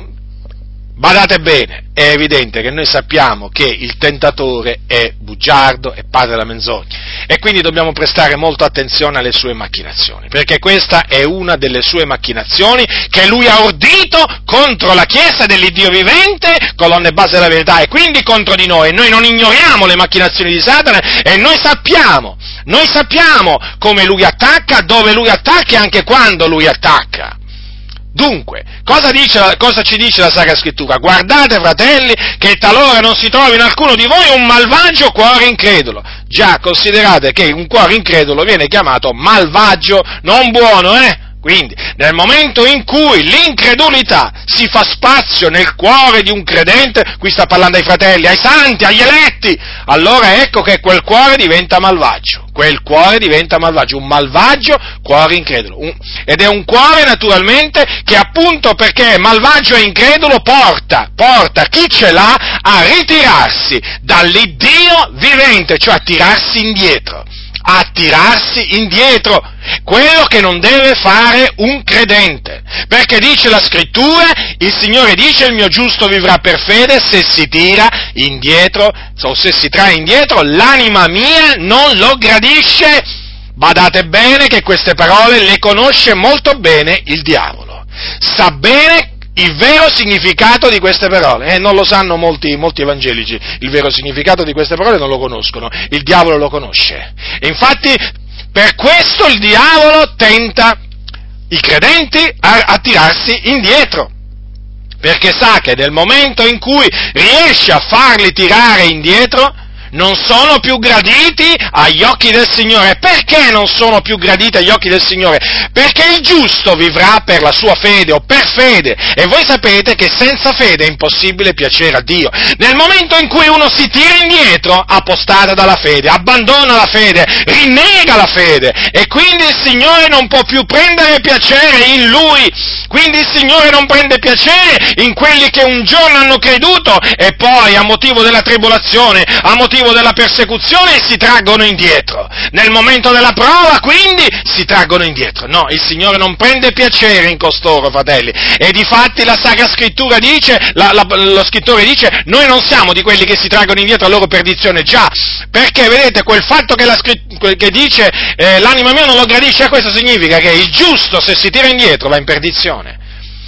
[SPEAKER 1] badate bene, è evidente che noi sappiamo che il tentatore è bugiardo, è padre della menzogna, e quindi dobbiamo prestare molta attenzione alle sue macchinazioni, perché questa è una delle sue macchinazioni che lui ha ordito contro la Chiesa dell'Iddio vivente, colonna e base della verità, e quindi contro di noi. Noi non ignoriamo le macchinazioni di Satana, e noi sappiamo, noi sappiamo come lui attacca, dove lui attacca e anche quando lui attacca. Dunque, cosa, dice, cosa ci dice la Sacra Scrittura? Guardate, fratelli, che talora non si trovi in alcuno di voi un malvagio cuore incredulo. Già, considerate che un cuore incredulo viene chiamato malvagio, non buono, eh? Quindi, nel momento in cui l'incredulità si fa spazio nel cuore di un credente, qui sta parlando ai fratelli, ai santi, agli eletti, allora ecco che quel cuore diventa malvagio, quel cuore diventa malvagio, un malvagio cuore incredulo, un, ed è un cuore naturalmente che appunto perché è malvagio e incredulo porta, porta chi ce l'ha a ritirarsi dall'Iddio vivente, cioè a tirarsi indietro. a tirarsi indietro, quello che non deve fare un credente, perché dice la Scrittura, il Signore dice il mio giusto vivrà per fede, se si tira indietro, o se si trae indietro, l'anima mia non lo gradisce. Badate bene che queste parole le conosce molto bene il diavolo, sa bene il vero significato di queste parole, e eh, non lo sanno molti, molti evangelici, il vero significato di queste parole non lo conoscono, il diavolo lo conosce, e infatti per questo il diavolo tenta i credenti a, a tirarsi indietro, perché sa che nel momento in cui riesce a farli tirare indietro, non sono più graditi agli occhi del Signore. Perché non sono più graditi agli occhi del Signore? Perché il giusto vivrà per la sua fede o per fede, e voi sapete che senza fede è impossibile piacere a Dio. Nel momento in cui uno si tira indietro, apostata dalla fede, abbandona la fede, rinnega la fede, e quindi il Signore non può più prendere piacere in Lui, quindi il Signore non prende piacere in quelli che un giorno hanno creduto e poi a motivo della tribolazione, a motivo della persecuzione si traggono indietro. Nel momento della prova, quindi, si traggono indietro. No, il Signore non prende piacere in costoro, fratelli. E difatti la Sacra Scrittura dice, la, la, lo scrittore dice, noi non siamo di quelli che si traggono indietro a loro perdizione, già, perché vedete, quel fatto che, la, che dice eh, l'anima mia non lo gradisce, questo significa che il giusto, se si tira indietro, va in perdizione.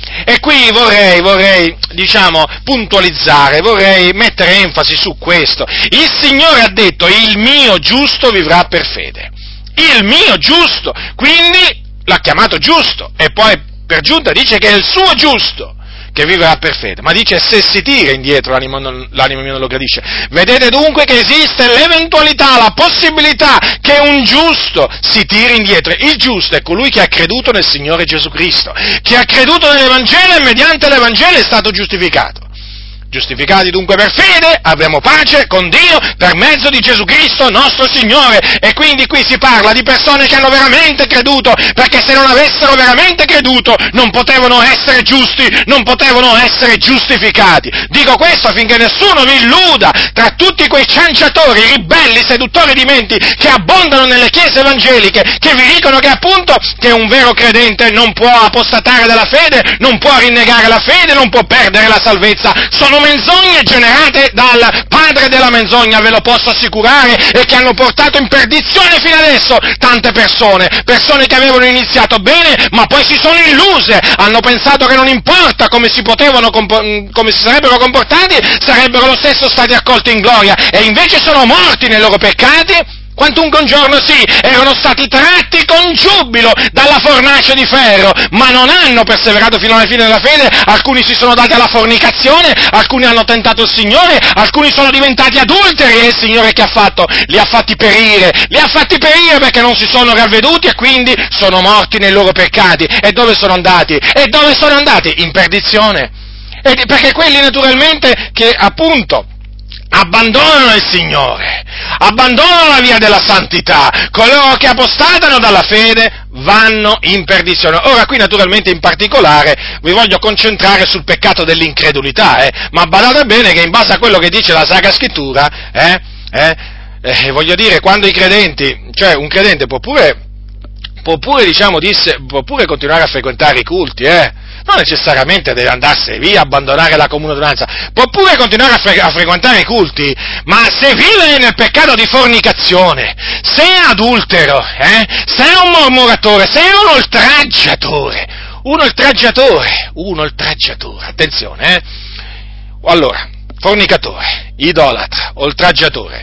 [SPEAKER 1] E qui vorrei, vorrei, diciamo, puntualizzare, vorrei mettere enfasi su questo. Il Signore ha detto, il mio giusto vivrà per fede. Il mio giusto, quindi l'ha chiamato giusto, e poi per giunta dice che è il suo giusto che vivrà per fede, ma dice se si tira indietro l'anima, non, l'anima mia non lo gradisce. Vedete dunque che esiste l'eventualità, la possibilità che un giusto si tiri indietro. Il giusto è colui che ha creduto nel Signore Gesù Cristo, che ha creduto nell'Evangelo e mediante l'Evangelo è stato giustificato. Giustificati dunque per fede, avremo pace con Dio per mezzo di Gesù Cristo nostro Signore. E quindi qui si parla di persone che hanno veramente creduto, perché se non avessero veramente creduto non potevano essere giusti, non potevano essere giustificati. Dico questo affinché nessuno vi illuda tra tutti quei cianciatori, ribelli, seduttori di menti che abbondano nelle chiese evangeliche, che vi dicono che appunto che un vero credente non può apostatare dalla fede, non può rinnegare la fede, non può perdere la salvezza. Sono menzogne generate dal padre della menzogna, ve lo posso assicurare, e che hanno portato in perdizione fino adesso tante persone, persone che avevano iniziato bene, ma poi si sono illuse, hanno pensato che non importa come si potevano, come si sarebbero comportati, sarebbero lo stesso stati accolti in gloria, e invece sono morti nei loro peccati, Quantunque un giorno sì, erano stati tratti con giubilo dalla fornace di ferro, ma non hanno perseverato fino alla fine della fede, alcuni si sono dati alla fornicazione, alcuni hanno tentato il Signore, alcuni sono diventati adulteri e il Signore che ha fatto? Li ha fatti perire, li ha fatti perire perché non si sono ravveduti e quindi sono morti nei loro peccati. E dove sono andati? E dove sono andati? In perdizione. E perché quelli naturalmente che appunto abbandonano il Signore, abbandonano la via della santità, coloro che apostatano dalla fede vanno in perdizione. Ora qui naturalmente in particolare vi voglio concentrare sul peccato dell'incredulità, eh, ma badate bene che in base a quello che dice la Sacra Scrittura, eh, eh, eh, voglio dire, quando i credenti, cioè un credente può pure, può pure diciamo, disse, può pure continuare a frequentare i culti, eh, non necessariamente deve andarsene via, abbandonare la comune adunanza, può pure continuare a, fre- a frequentare i culti, ma se vive nel peccato di fornicazione, se è adultero, eh, se è un mormoratore, se è un oltraggiatore, un oltraggiatore, un oltraggiatore, attenzione, eh, allora, fornicatore, idolatra, oltraggiatore,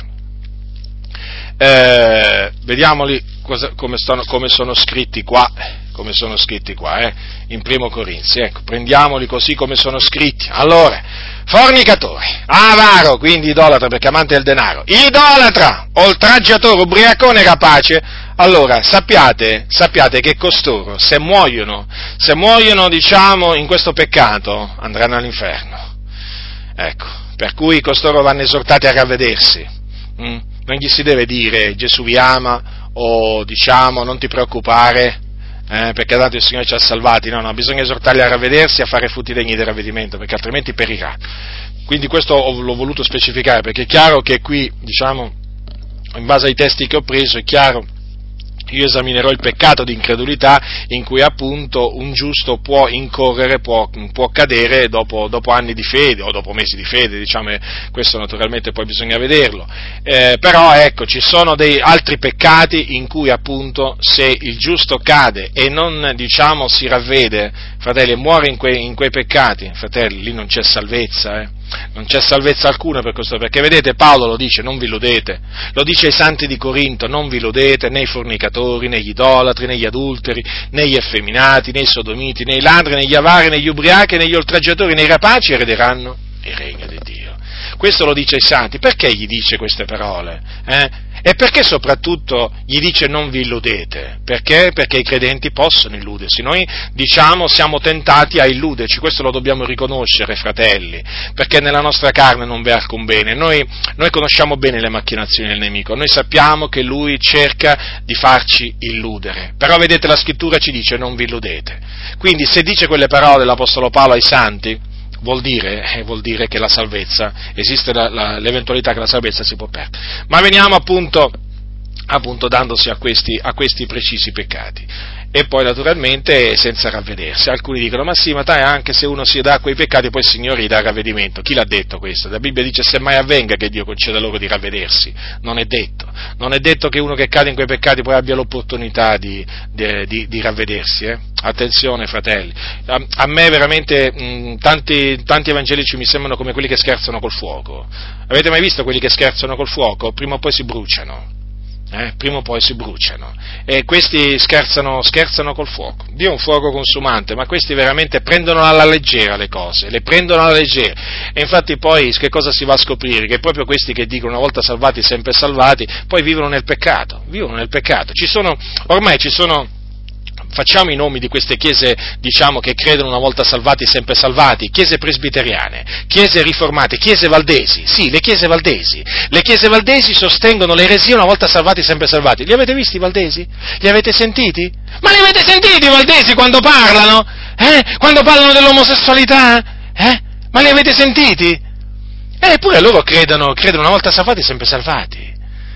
[SPEAKER 1] eh, vediamoli cosa, come, stanno, come sono scritti qua, come sono scritti qua, eh, in Primo Corinzi, ecco, prendiamoli così come sono scritti. Allora, fornicatore, avaro, quindi idolatra perché amante del denaro, idolatra, oltraggiatore, ubriacone, rapace, allora sappiate, sappiate che costoro, se muoiono, se muoiono, diciamo, in questo peccato, andranno all'inferno. Ecco, per cui costoro vanno esortati a ravvedersi. Mm? Non gli si deve dire Gesù vi ama o diciamo non ti preoccupare, eh, perché tanto il Signore ci ha salvati. No, no, bisogna esortarli a ravvedersi e a fare frutti degni del ravvedimento, perché altrimenti perirà. Quindi questo l'ho voluto specificare, perché è chiaro che qui, diciamo, in base ai testi che ho preso, è chiaro, io esaminerò il peccato di incredulità in cui appunto un giusto può incorrere, può, può cadere dopo, dopo anni di fede o dopo mesi di fede, diciamo, questo naturalmente poi bisogna vederlo, eh, però ecco, ci sono dei altri peccati in cui appunto se il giusto cade e non, diciamo, si ravvede, fratelli, e muore in quei, in quei peccati, fratelli, lì non c'è salvezza, eh. Non c'è salvezza alcuna per questo, perché vedete Paolo lo dice, non vi illudete, lo dice ai santi di Corinto, non vi illudete né i fornicatori, né gli idolatri, né gli adulteri, né gli effeminati, né i sodomiti, né i ladri, né gli avari, né gli ubriachi, né gli oltraggiatori, né i rapaci erederanno il regno di Dio. Questo lo dice ai santi. Perché gli dice queste parole? Eh? E perché soprattutto gli dice non vi illudete? Perché? Perché i credenti possono illudersi. Noi, diciamo, siamo tentati a illuderci, questo lo dobbiamo riconoscere, fratelli, perché nella nostra carne non v'è alcun bene. Noi, noi conosciamo bene le macchinazioni del nemico, noi sappiamo che lui cerca di farci illudere. Però vedete, la scrittura ci dice non vi illudete. Quindi se dice quelle parole l'Apostolo Paolo ai santi, Vuol dire, eh, vuol dire che la salvezza, esiste la, la, l'eventualità che la salvezza si può perdere. Ma veniamo appunto, appunto dandosi a questi, a questi precisi peccati. E poi naturalmente senza ravvedersi. Alcuni dicono, ma sì, ma dai, anche se uno si dà a quei peccati, poi il Signore gli dà il ravvedimento. Chi l'ha detto questo? La Bibbia dice, se mai avvenga che Dio conceda loro di ravvedersi. Non è detto. Non è detto che uno che cade in quei peccati poi abbia l'opportunità di, di, di, di ravvedersi, eh? Attenzione, fratelli. A, a me veramente mh, tanti, tanti evangelici mi sembrano come quelli che scherzano col fuoco. Avete mai visto quelli che scherzano col fuoco? Prima o poi si bruciano. Eh, prima o poi si bruciano, e questi scherzano, scherzano col fuoco. Dio è un fuoco consumante, ma questi veramente prendono alla leggera le cose, le prendono alla leggera, e infatti poi che cosa si va a scoprire? Che proprio questi che dicono una volta salvati sempre salvati, poi vivono nel peccato, vivono nel peccato. Ci sono, ormai ci sono, facciamo i nomi di queste chiese, diciamo, che credono una volta salvati sempre salvati, chiese presbiteriane, chiese riformate, chiese valdesi, sì, le chiese valdesi, le chiese valdesi sostengono l'eresia una volta salvati sempre salvati. Li avete visti i valdesi? Li avete sentiti? Ma li avete sentiti i valdesi quando parlano? Eh? Quando parlano dell'omosessualità? Eh? Ma li avete sentiti? Eppure loro credono, credono una volta salvati sempre salvati.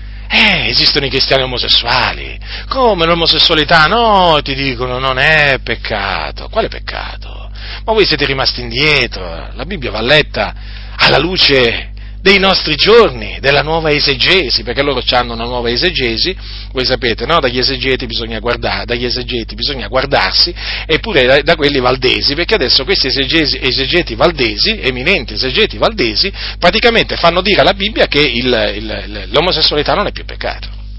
[SPEAKER 1] Eh, esistono i cristiani omosessuali. Come l'omosessualità? No, ti dicono, non è peccato. Quale peccato? Ma voi siete rimasti indietro. La Bibbia va letta alla luce dei nostri giorni, della nuova esegesi, perché loro hanno una nuova esegesi, voi sapete, no? Dagli esegeti bisogna guardare, dagli esegeti bisogna guardarsi, eppure da, da quelli valdesi, perché adesso questi esegesi, esegeti valdesi, eminenti esegeti valdesi, praticamente fanno dire alla Bibbia che il, il, l'omosessualità non è più peccato.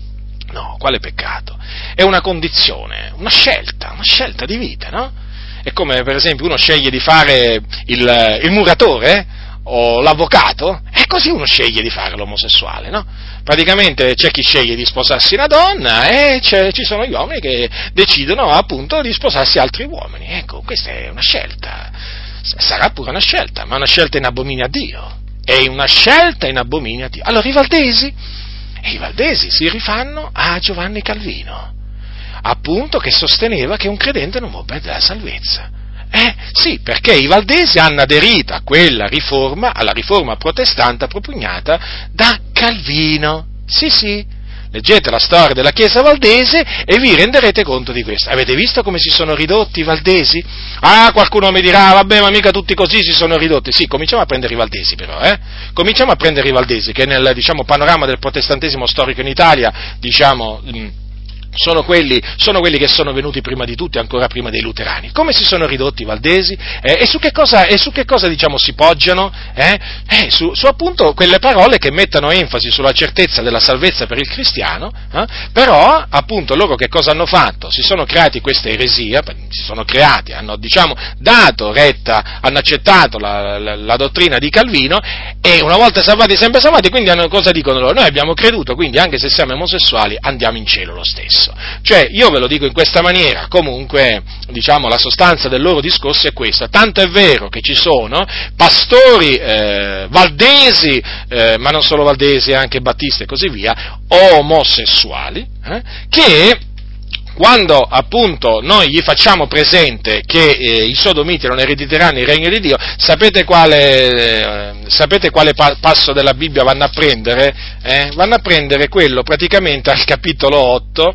[SPEAKER 1] No, quale peccato? È una condizione, una scelta, una scelta di vita, no? È come per esempio uno sceglie di fare il, il muratore o l'avvocato, e così uno sceglie di fare l'omosessuale, no? Praticamente c'è chi sceglie di sposarsi una donna e ci sono gli uomini che decidono appunto di sposarsi altri uomini. Ecco, questa è una scelta, sarà pure una scelta, ma una scelta in abominio a Dio. È una scelta in abominio a Dio. Allora i Valdesi, i Valdesi si rifanno a Giovanni Calvino, appunto, che sosteneva che un credente non può perdere la salvezza. Eh, sì, perché i Valdesi hanno aderito a quella riforma, alla riforma protestante propugnata da Calvino. Sì, sì, leggete la storia della Chiesa valdese e vi renderete conto di questo. Avete visto come si sono ridotti i Valdesi? Ah, qualcuno mi dirà, vabbè, ma mica tutti così si sono ridotti. Sì, cominciamo a prendere i Valdesi però, eh? Cominciamo a prendere i Valdesi, che nel, diciamo, panorama del protestantesimo storico in Italia, diciamo... Mh, Sono quelli, sono quelli che sono venuti prima di tutti, ancora prima dei luterani. Come si sono ridotti i Valdesi? Eh, e su che cosa, e su che cosa diciamo, si poggiano? Eh? Eh, su, su appunto quelle parole che mettono enfasi sulla certezza della salvezza per il cristiano, eh? Però appunto loro che cosa hanno fatto? Si sono creati questa eresia, si sono creati, hanno diciamo dato retta, hanno accettato la, la, la dottrina di Calvino, e una volta salvati sempre salvati, quindi hanno, cosa dicono loro? Noi abbiamo creduto, quindi anche se siamo omosessuali andiamo in cielo lo stesso. Cioè, io ve lo dico in questa maniera, comunque, diciamo, la sostanza del loro discorso è questa. Tanto è vero che ci sono pastori eh, valdesi, eh, ma non solo valdesi, anche battisti e così via, omosessuali, eh, che quando appunto noi gli facciamo presente che eh, i sodomiti non erediteranno il regno di Dio, sapete quale, eh, sapete quale pa- passo della Bibbia vanno a prendere? Eh? Vanno a prendere quello praticamente al capitolo otto,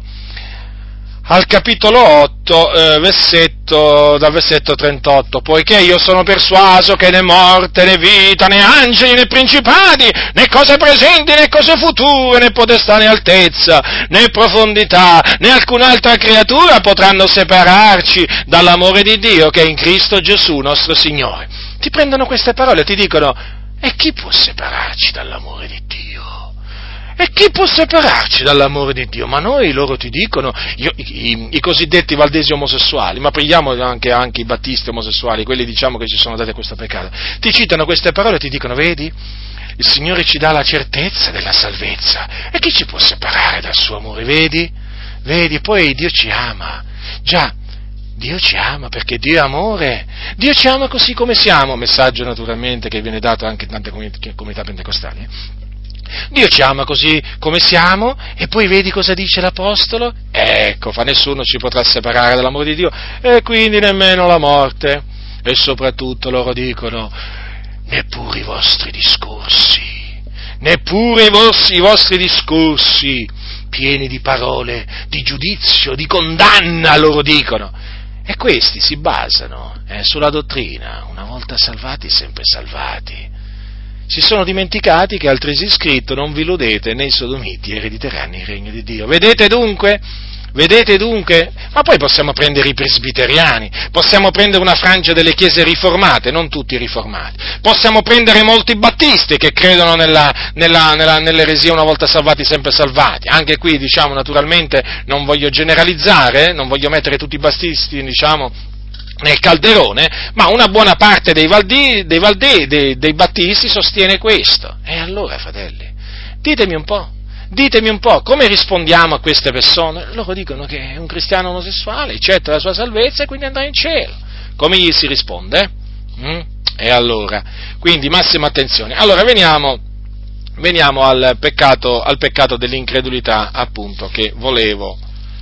[SPEAKER 1] al capitolo otto, eh, versetto, dal versetto trentotto, poiché io sono persuaso che né morte, né vita, né angeli, né principati, né cose presenti, né cose future, né potestà, né altezza, né profondità, né alcun'altra creatura potranno separarci dall'amore di Dio che è in Cristo Gesù nostro Signore. Ti prendono queste parole e ti dicono, e chi può separarci dall'amore di Dio? E chi può separarci dall'amore di Dio? Ma noi, loro ti dicono, io, i, i, i cosiddetti valdesi omosessuali, ma prendiamo anche, anche i battisti omosessuali, quelli diciamo che ci sono dati a questo peccato, ti citano queste parole e ti dicono, vedi, il Signore ci dà la certezza della salvezza, e chi ci può separare dal suo amore, vedi? Vedi, poi Dio ci ama, già, Dio ci ama perché Dio è amore, Dio ci ama così come siamo, messaggio naturalmente che viene dato anche in tante comunità pentecostali. Dio ci ama così come siamo, e poi vedi cosa dice l'Apostolo? Ecco, fa nessuno ci potrà separare dall'amore di Dio, e quindi nemmeno la morte. E soprattutto loro dicono, neppure i vostri discorsi, neppure i vostri, i vostri discorsi, pieni di parole, di giudizio, di condanna, loro dicono. E questi si basano eh, sulla dottrina, una volta salvati, sempre salvati. Si sono dimenticati che altresì scritto, non vi illudete, né i sodomiti erediteranno il regno di Dio. Vedete dunque? Vedete dunque? Ma poi possiamo prendere i presbiteriani, possiamo prendere una frangia delle chiese riformate, non tutti riformati, possiamo prendere molti battisti che credono nella, nella, nella, nell'eresia una volta salvati, sempre salvati. Anche qui, diciamo, naturalmente non voglio generalizzare, non voglio mettere tutti i battisti, diciamo, nel calderone, ma una buona parte dei, Valdi, dei, Valdi, dei, dei battisti sostiene questo. E allora, fratelli, ditemi un po', ditemi un po', come rispondiamo a queste persone? Loro dicono che è un cristiano omosessuale, accetta la sua salvezza e quindi andrà in cielo. Come gli si risponde? Mm? E allora, quindi massima attenzione. Allora, veniamo, veniamo al peccato, al peccato dell'incredulità, appunto, che volevo...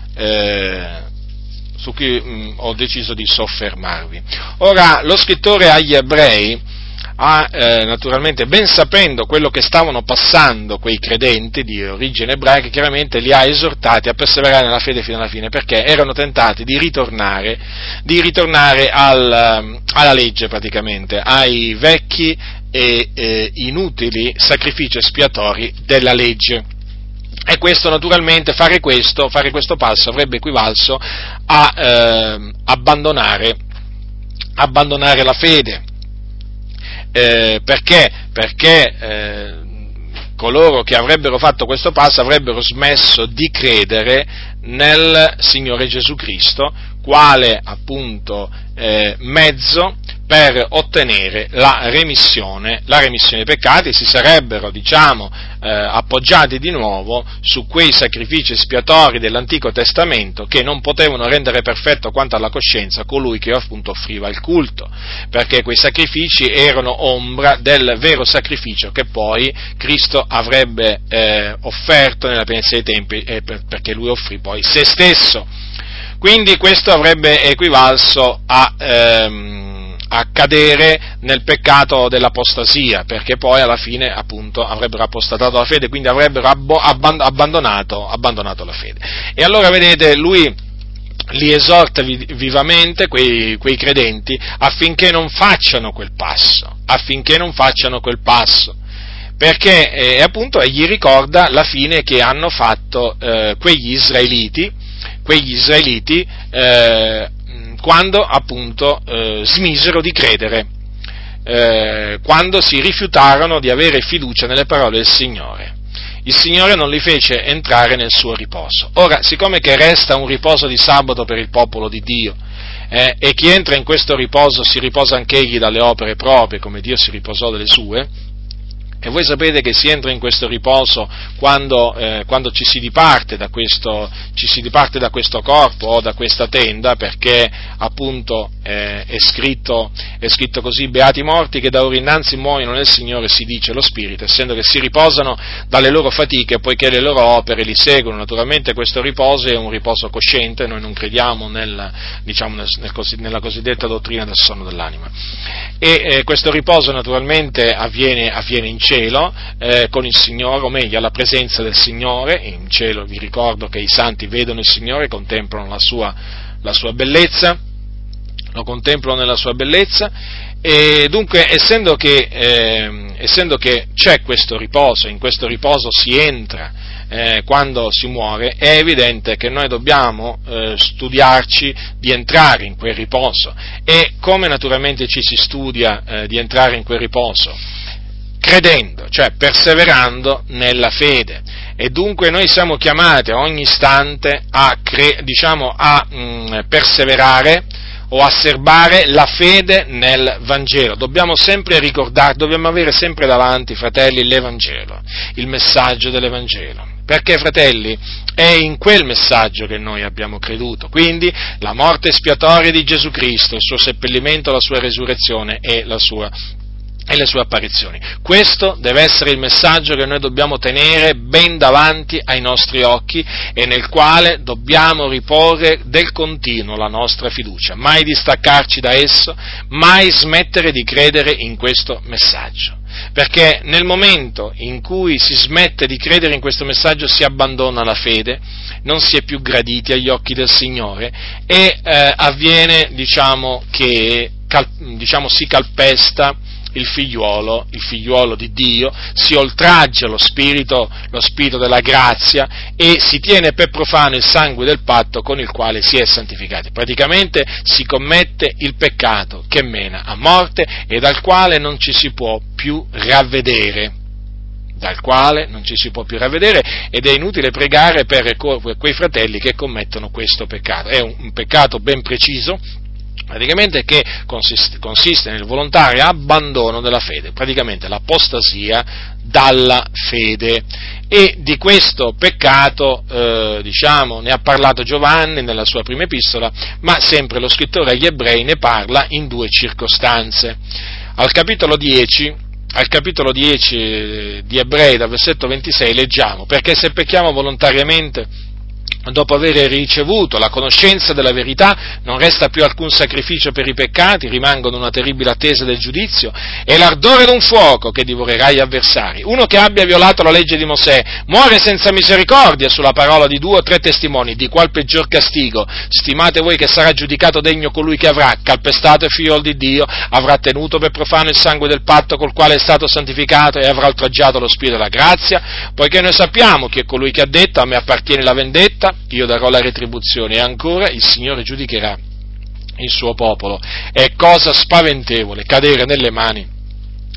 [SPEAKER 1] Eh, su cui mh, ho deciso di soffermarvi. Ora, lo scrittore agli ebrei ha, eh, naturalmente, ben sapendo quello che stavano passando quei credenti di origine ebraica, chiaramente li ha esortati a perseverare nella fede fino alla fine, perché erano tentati di ritornare, di ritornare al, alla legge, praticamente, ai vecchi e eh, inutili sacrifici espiatori della legge. E questo, naturalmente, fare questo, fare questo passo avrebbe equivalso a eh, abbandonare, abbandonare la fede. Eh, perché? Perché, eh, coloro che avrebbero fatto questo passo avrebbero smesso di credere nel Signore Gesù Cristo, quale appunto eh, mezzo per ottenere la remissione, la remissione dei peccati, e si sarebbero, diciamo, eh, appoggiati di nuovo su quei sacrifici espiatori dell'Antico Testamento che non potevano rendere perfetto quanto alla coscienza colui che appunto offriva il culto, perché quei sacrifici erano ombra del vero sacrificio che poi Cristo avrebbe eh, offerto nella pienezza dei tempi, eh, per, perché lui offrì poi se stesso. Quindi questo avrebbe equivalso a, ehm, a cadere nel peccato dell'apostasia, perché poi alla fine appunto avrebbero apostatato la fede, quindi avrebbero abbo- abbandonato, abbandonato la fede. E allora vedete, lui li esorta vivamente quei, quei credenti affinché non facciano quel passo, affinché non facciano quel passo. Perché eh, appunto egli ricorda la fine che hanno fatto eh, quegli israeliti, quegli israeliti eh, quando appunto eh, smisero di credere, eh, quando si rifiutarono di avere fiducia nelle parole del Signore. Il Signore non li fece entrare nel suo riposo. Ora, siccome che resta un riposo di sabato per il popolo di Dio, eh, e chi entra in questo riposo si riposa anch'egli dalle opere proprie, come Dio si riposò dalle sue, e voi sapete che si entra in questo riposo quando, eh, quando ci si diparte da questo, ci si diparte da questo corpo o da questa tenda, perché appunto eh, è scritto, è scritto così: beati i morti che da ora innanzi muoiono nel Signore, si dice lo Spirito, essendo che si riposano dalle loro fatiche, poiché le loro opere li seguono. Naturalmente questo riposo è un riposo cosciente, noi non crediamo nel, diciamo, nel, nel, nella cosiddetta dottrina del sonno dell'anima. E eh, questo riposo naturalmente avviene, avviene in cielo, cielo, eh, con il Signore, o meglio alla presenza del Signore. In cielo vi ricordo che i santi vedono il Signore, contemplano la sua, la sua bellezza, lo contemplano nella sua bellezza, e dunque essendo che, eh, essendo che c'è questo riposo, in questo riposo si entra eh, quando si muore, è evidente che noi dobbiamo eh, studiarci di entrare in quel riposo. E come naturalmente ci si studia eh, di entrare in quel riposo? Credendo, cioè perseverando nella fede. E dunque noi siamo chiamati a ogni istante a, cre- diciamo, a mh, perseverare o a serbare la fede nel Vangelo. Dobbiamo sempre ricordare, dobbiamo avere sempre davanti, fratelli, l'Evangelo, il messaggio dell'Evangelo. Perché, fratelli, è in quel messaggio che noi abbiamo creduto. Quindi la morte espiatoria di Gesù Cristo, il suo seppellimento, la sua resurrezione e la sua e le sue apparizioni. Questo deve essere il messaggio che noi dobbiamo tenere ben davanti ai nostri occhi e nel quale dobbiamo riporre del continuo la nostra fiducia, mai distaccarci da esso, mai smettere di credere in questo messaggio. Perché nel momento in cui si smette di credere in questo messaggio si abbandona la fede, non si è più graditi agli occhi del Signore e eh, avviene, diciamo, che cal- diciamo, si calpesta il figliuolo, il figliuolo di Dio, si oltraggia lo spirito, lo spirito della grazia e si tiene per profano il sangue del patto con il quale si è santificati. Praticamente si commette il peccato che mena a morte e dal quale non ci si può più ravvedere. dal quale non ci si può più ravvedere ed è inutile pregare per quei fratelli che commettono questo peccato. È un, un peccato ben preciso, praticamente, che consiste, consiste nel volontario abbandono della fede, praticamente l'apostasia dalla fede. E di questo peccato, eh, diciamo, ne ha parlato Giovanni nella sua prima epistola, ma sempre lo scrittore agli Ebrei ne parla in due circostanze. Al capitolo dieci, al capitolo dieci di Ebrei, dal versetto ventisei, leggiamo: perché se pecchiamo volontariamente, dopo aver ricevuto la conoscenza della verità, non resta più alcun sacrificio per i peccati, rimangono una terribile attesa del giudizio e l'ardore d'un fuoco che divorerà gli avversari. Uno che abbia violato la legge di Mosè muore senza misericordia sulla parola di due o tre testimoni, di qual peggior castigo stimate voi che sarà giudicato degno colui che avrà calpestato il figliol di Dio, avrà tenuto per profano il sangue del patto col quale è stato santificato e avrà oltraggiato lo spirito della grazia, poiché noi sappiamo chi è colui che ha detto: a me appartiene la vendetta, io darò la retribuzione. E ancora, il Signore giudicherà il suo popolo. È cosa spaventevole cadere nelle mani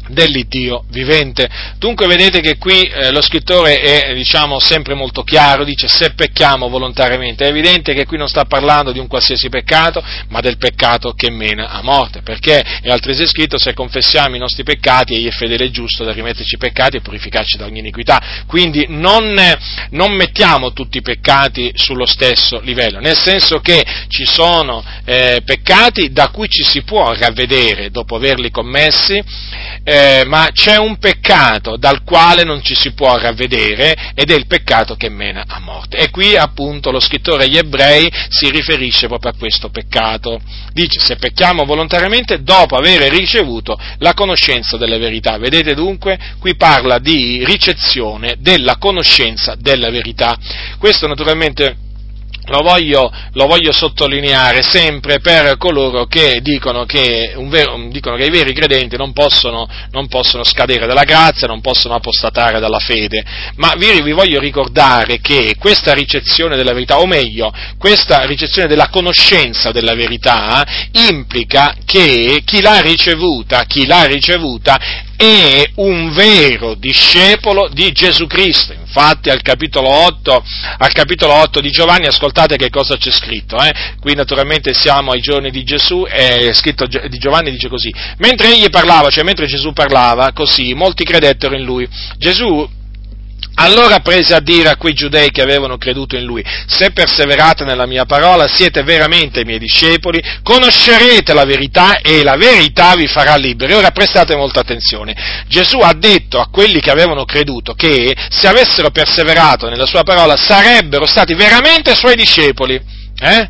[SPEAKER 1] dell'Iddio vivente. Dunque vedete che qui eh, lo scrittore è, diciamo, sempre molto chiaro, dice se pecchiamo volontariamente. È evidente che qui non sta parlando di un qualsiasi peccato, ma del peccato che mena a morte, perché è altresì scritto: se confessiamo i nostri peccati, egli è fedele e giusto da rimetterci i peccati e purificarci da ogni iniquità. Quindi non, non mettiamo tutti i peccati sullo stesso livello, nel senso che ci sono eh, peccati da cui ci si può ravvedere dopo averli commessi, Eh, ma c'è un peccato dal quale non ci si può ravvedere, ed è il peccato che mena a morte. E qui appunto lo scrittore agli Ebrei si riferisce proprio a questo peccato. Dice: se pecchiamo volontariamente dopo aver ricevuto la conoscenza della verità. Vedete dunque, qui parla di ricezione della conoscenza della verità. Questo naturalmente Lo voglio, lo voglio sottolineare sempre per coloro che dicono che, un vero, dicono che i veri credenti non possono, non possono scadere dalla grazia, non possono apostatare dalla fede, ma vi, vi voglio ricordare che questa ricezione della verità, o meglio, questa ricezione della conoscenza della verità, implica che chi l'ha ricevuta, chi l'ha ricevuta è un vero discepolo di Gesù Cristo. Infatti al capitolo otto, al capitolo otto di Giovanni, ascoltate che cosa c'è scritto, eh? Qui naturalmente siamo ai giorni di Gesù, è scritto di Giovanni, dice così: mentre egli parlava, cioè mentre Gesù parlava così, molti credettero in lui. Gesù allora prese a dire a quei giudei che avevano creduto in lui: se perseverate nella mia parola, siete veramente i miei discepoli, conoscerete la verità e la verità vi farà liberi. Ora prestate molta attenzione. Gesù ha detto a quelli che avevano creduto che se avessero perseverato nella sua parola sarebbero stati veramente suoi discepoli, eh?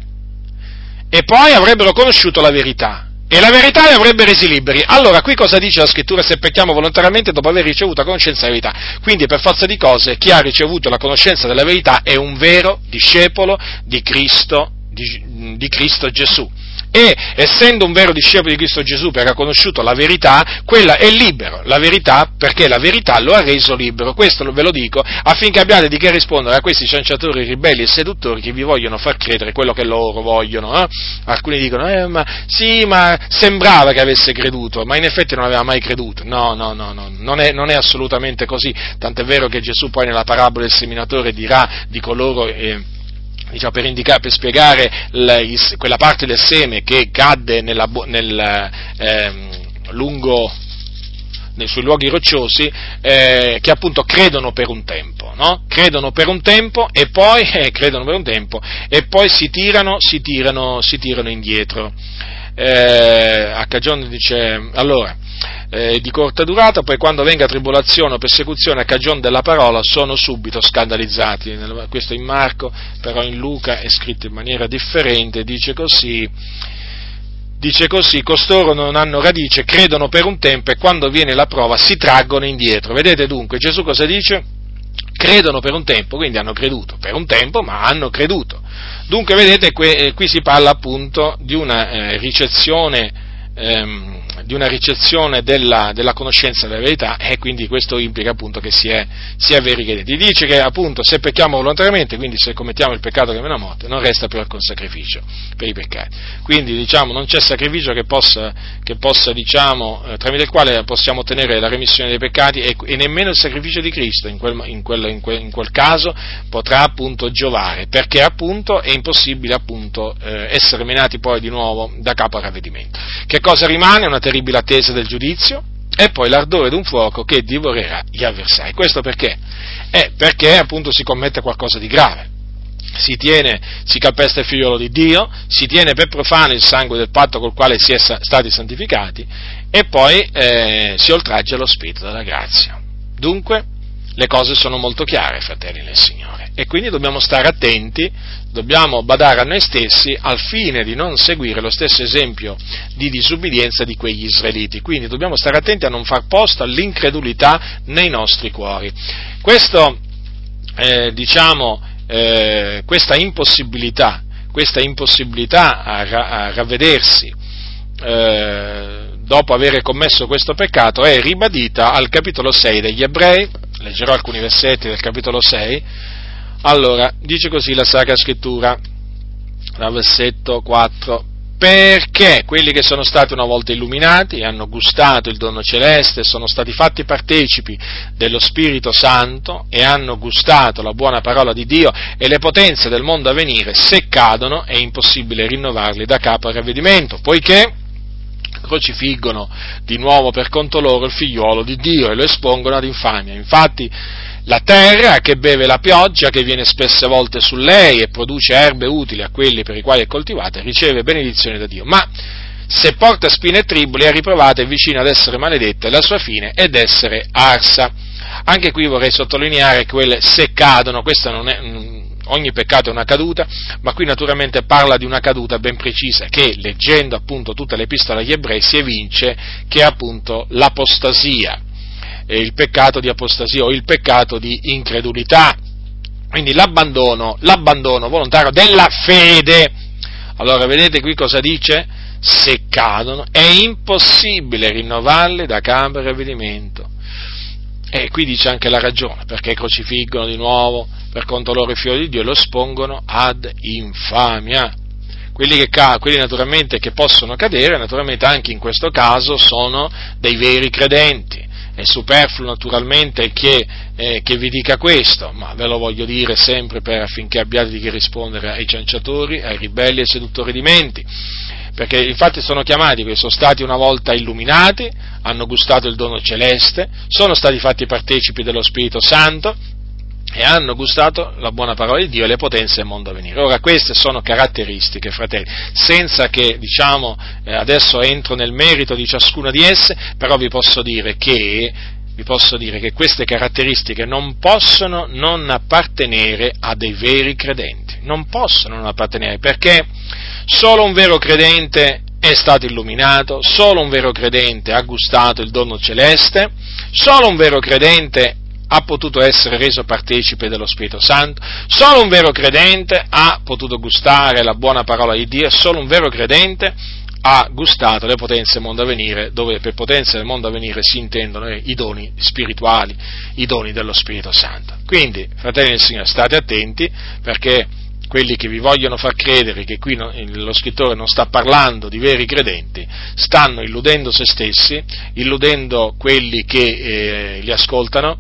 [SPEAKER 1] E poi avrebbero conosciuto la verità. E la verità li avrebbe resi liberi. Allora, qui cosa dice la scrittura? Se pecchiamo volontariamente dopo aver ricevuto la conoscenza della verità. Quindi, per forza di cose, chi ha ricevuto la conoscenza della verità è un vero discepolo di Cristo, di, di Cristo Gesù. E, essendo un vero discepolo di Cristo Gesù, perché ha conosciuto la verità, quella è libero, la verità, perché la verità lo ha reso libero. Questo ve lo dico affinché abbiate di che rispondere a questi cianciatori ribelli e seduttori che vi vogliono far credere quello che loro vogliono. Eh? Alcuni dicono: eh, ma sì, ma sembrava che avesse creduto, ma in effetti non aveva mai creduto. No, no, no, no, non è, non è assolutamente così. Tant'è vero che Gesù poi nella parabola del seminatore dirà di coloro eh, diciamo, per, indicare, per spiegare la, il, quella parte del seme che cadde nella, nel, eh, lungo, nei suoi luoghi rocciosi, eh, che appunto credono per un tempo, no? Credono per un tempo e poi, eh, credono per un tempo, e poi si tirano, si tirano, si tirano indietro. Eh, a cagione, dice, allora, Eh, di corta durata, poi quando venga tribolazione o persecuzione a cagione della parola sono subito scandalizzati. Questo in Marco, però in Luca è scritto in maniera differente, dice così, dice così, costoro non hanno radice, credono per un tempo e quando viene la prova si traggono indietro. Vedete dunque, Gesù cosa dice? Credono per un tempo, quindi hanno creduto per un tempo, ma hanno creduto. Dunque vedete, qui, qui si parla appunto di una eh, ricezione ehm, di una ricezione della, della conoscenza della verità, e quindi questo implica appunto che si è, si è veri credenti. Dice che appunto se pecchiamo volontariamente, quindi se commettiamo il peccato che mena a morte, non resta più alcun sacrificio per i peccati. Quindi diciamo non c'è sacrificio che possa, che possa diciamo, eh, tramite il quale possiamo ottenere la remissione dei peccati, e, e nemmeno il sacrificio di Cristo in quel, in, quel, in, quel, in quel caso potrà appunto giovare, perché appunto è impossibile appunto eh, essere menati poi di nuovo da capo al ravvedimento. Che cosa rimane? Una terribile attesa del giudizio e poi l'ardore d'un fuoco che divorerà gli avversari. Questo perché? È perché appunto si commette qualcosa di grave. Si tiene, si calpesta il figliolo di Dio, si tiene per profano il sangue del patto col quale si è stati santificati, e poi eh, si oltraggia lo spirito della grazia. Dunque le cose sono molto chiare, fratelli nel Signore, e quindi dobbiamo stare attenti, dobbiamo badare a noi stessi al fine di non seguire lo stesso esempio di disubbidienza di quegli israeliti. Quindi dobbiamo stare attenti a non far posto all'incredulità nei nostri cuori. Questo, eh, diciamo, eh, questa impossibilità, questa impossibilità a, a ravvedersi eh, dopo aver commesso questo peccato è ribadita al capitolo sei degli Ebrei. Leggerò alcuni versetti del capitolo sei. Allora, dice così la Sacra Scrittura, dal versetto quattro Perché quelli che sono stati una volta illuminati e hanno gustato il dono celeste, sono stati fatti partecipi dello Spirito Santo e hanno gustato la buona parola di Dio e le potenze del mondo a venire, se cadono è impossibile rinnovarli da capo al ravvedimento, poiché crocifiggono di nuovo per conto loro il figliuolo di Dio e lo espongono ad infamia. Infatti la terra che beve la pioggia, che viene spesse volte su lei e produce erbe utili a quelli per i quali è coltivata, riceve benedizione da Dio, ma se porta spine e triboli è riprovata e vicina ad essere maledetta, e la sua fine è d'essere arsa. Anche qui vorrei sottolineare che quelle se cadono, questa non è, ogni peccato è una caduta, ma qui naturalmente parla di una caduta ben precisa, che leggendo appunto tutte le epistole agli ebrei si evince che è appunto l'apostasia, il peccato di apostasia o il peccato di incredulità, quindi l'abbandono, l'abbandono volontario della fede. Allora vedete qui cosa dice? Se cadono è impossibile rinnovarli da capo al ravvedimento. E qui dice anche la ragione, perché crocifiggono di nuovo per conto loro il figlio di Dio e lo espongono ad infamia. Quelli, che, quelli naturalmente che possono cadere, naturalmente anche in questo caso, sono dei veri credenti. È superfluo naturalmente che, eh, che vi dica questo, ma ve lo voglio dire sempre per, affinché abbiate di che rispondere ai cianciatori, ai ribelli e ai seduttori di menti, perché infatti sono chiamati, che sono stati una volta illuminati, hanno gustato il dono celeste, sono stati fatti partecipi dello Spirito Santo e hanno gustato la buona parola di Dio e le potenze del mondo a venire. Ora, queste sono caratteristiche, fratelli, senza che, diciamo, eh, adesso entro nel merito di ciascuna di esse, però vi posso dire che, vi posso dire che queste caratteristiche non possono non appartenere a dei veri credenti, non possono non appartenere, perché solo un vero credente è stato illuminato, solo un vero credente ha gustato il dono celeste, solo un vero credente ha potuto essere reso partecipe dello Spirito Santo, solo un vero credente ha potuto gustare la buona parola di Dio, e solo un vero credente ha gustato le potenze del mondo a venire, dove per potenze del mondo a venire si intendono i doni spirituali, i doni dello Spirito Santo. Quindi, fratelli del Signore, state attenti, perché quelli che vi vogliono far credere che qui no, lo scrittore non sta parlando di veri credenti, stanno illudendo se stessi, illudendo quelli che eh, li ascoltano,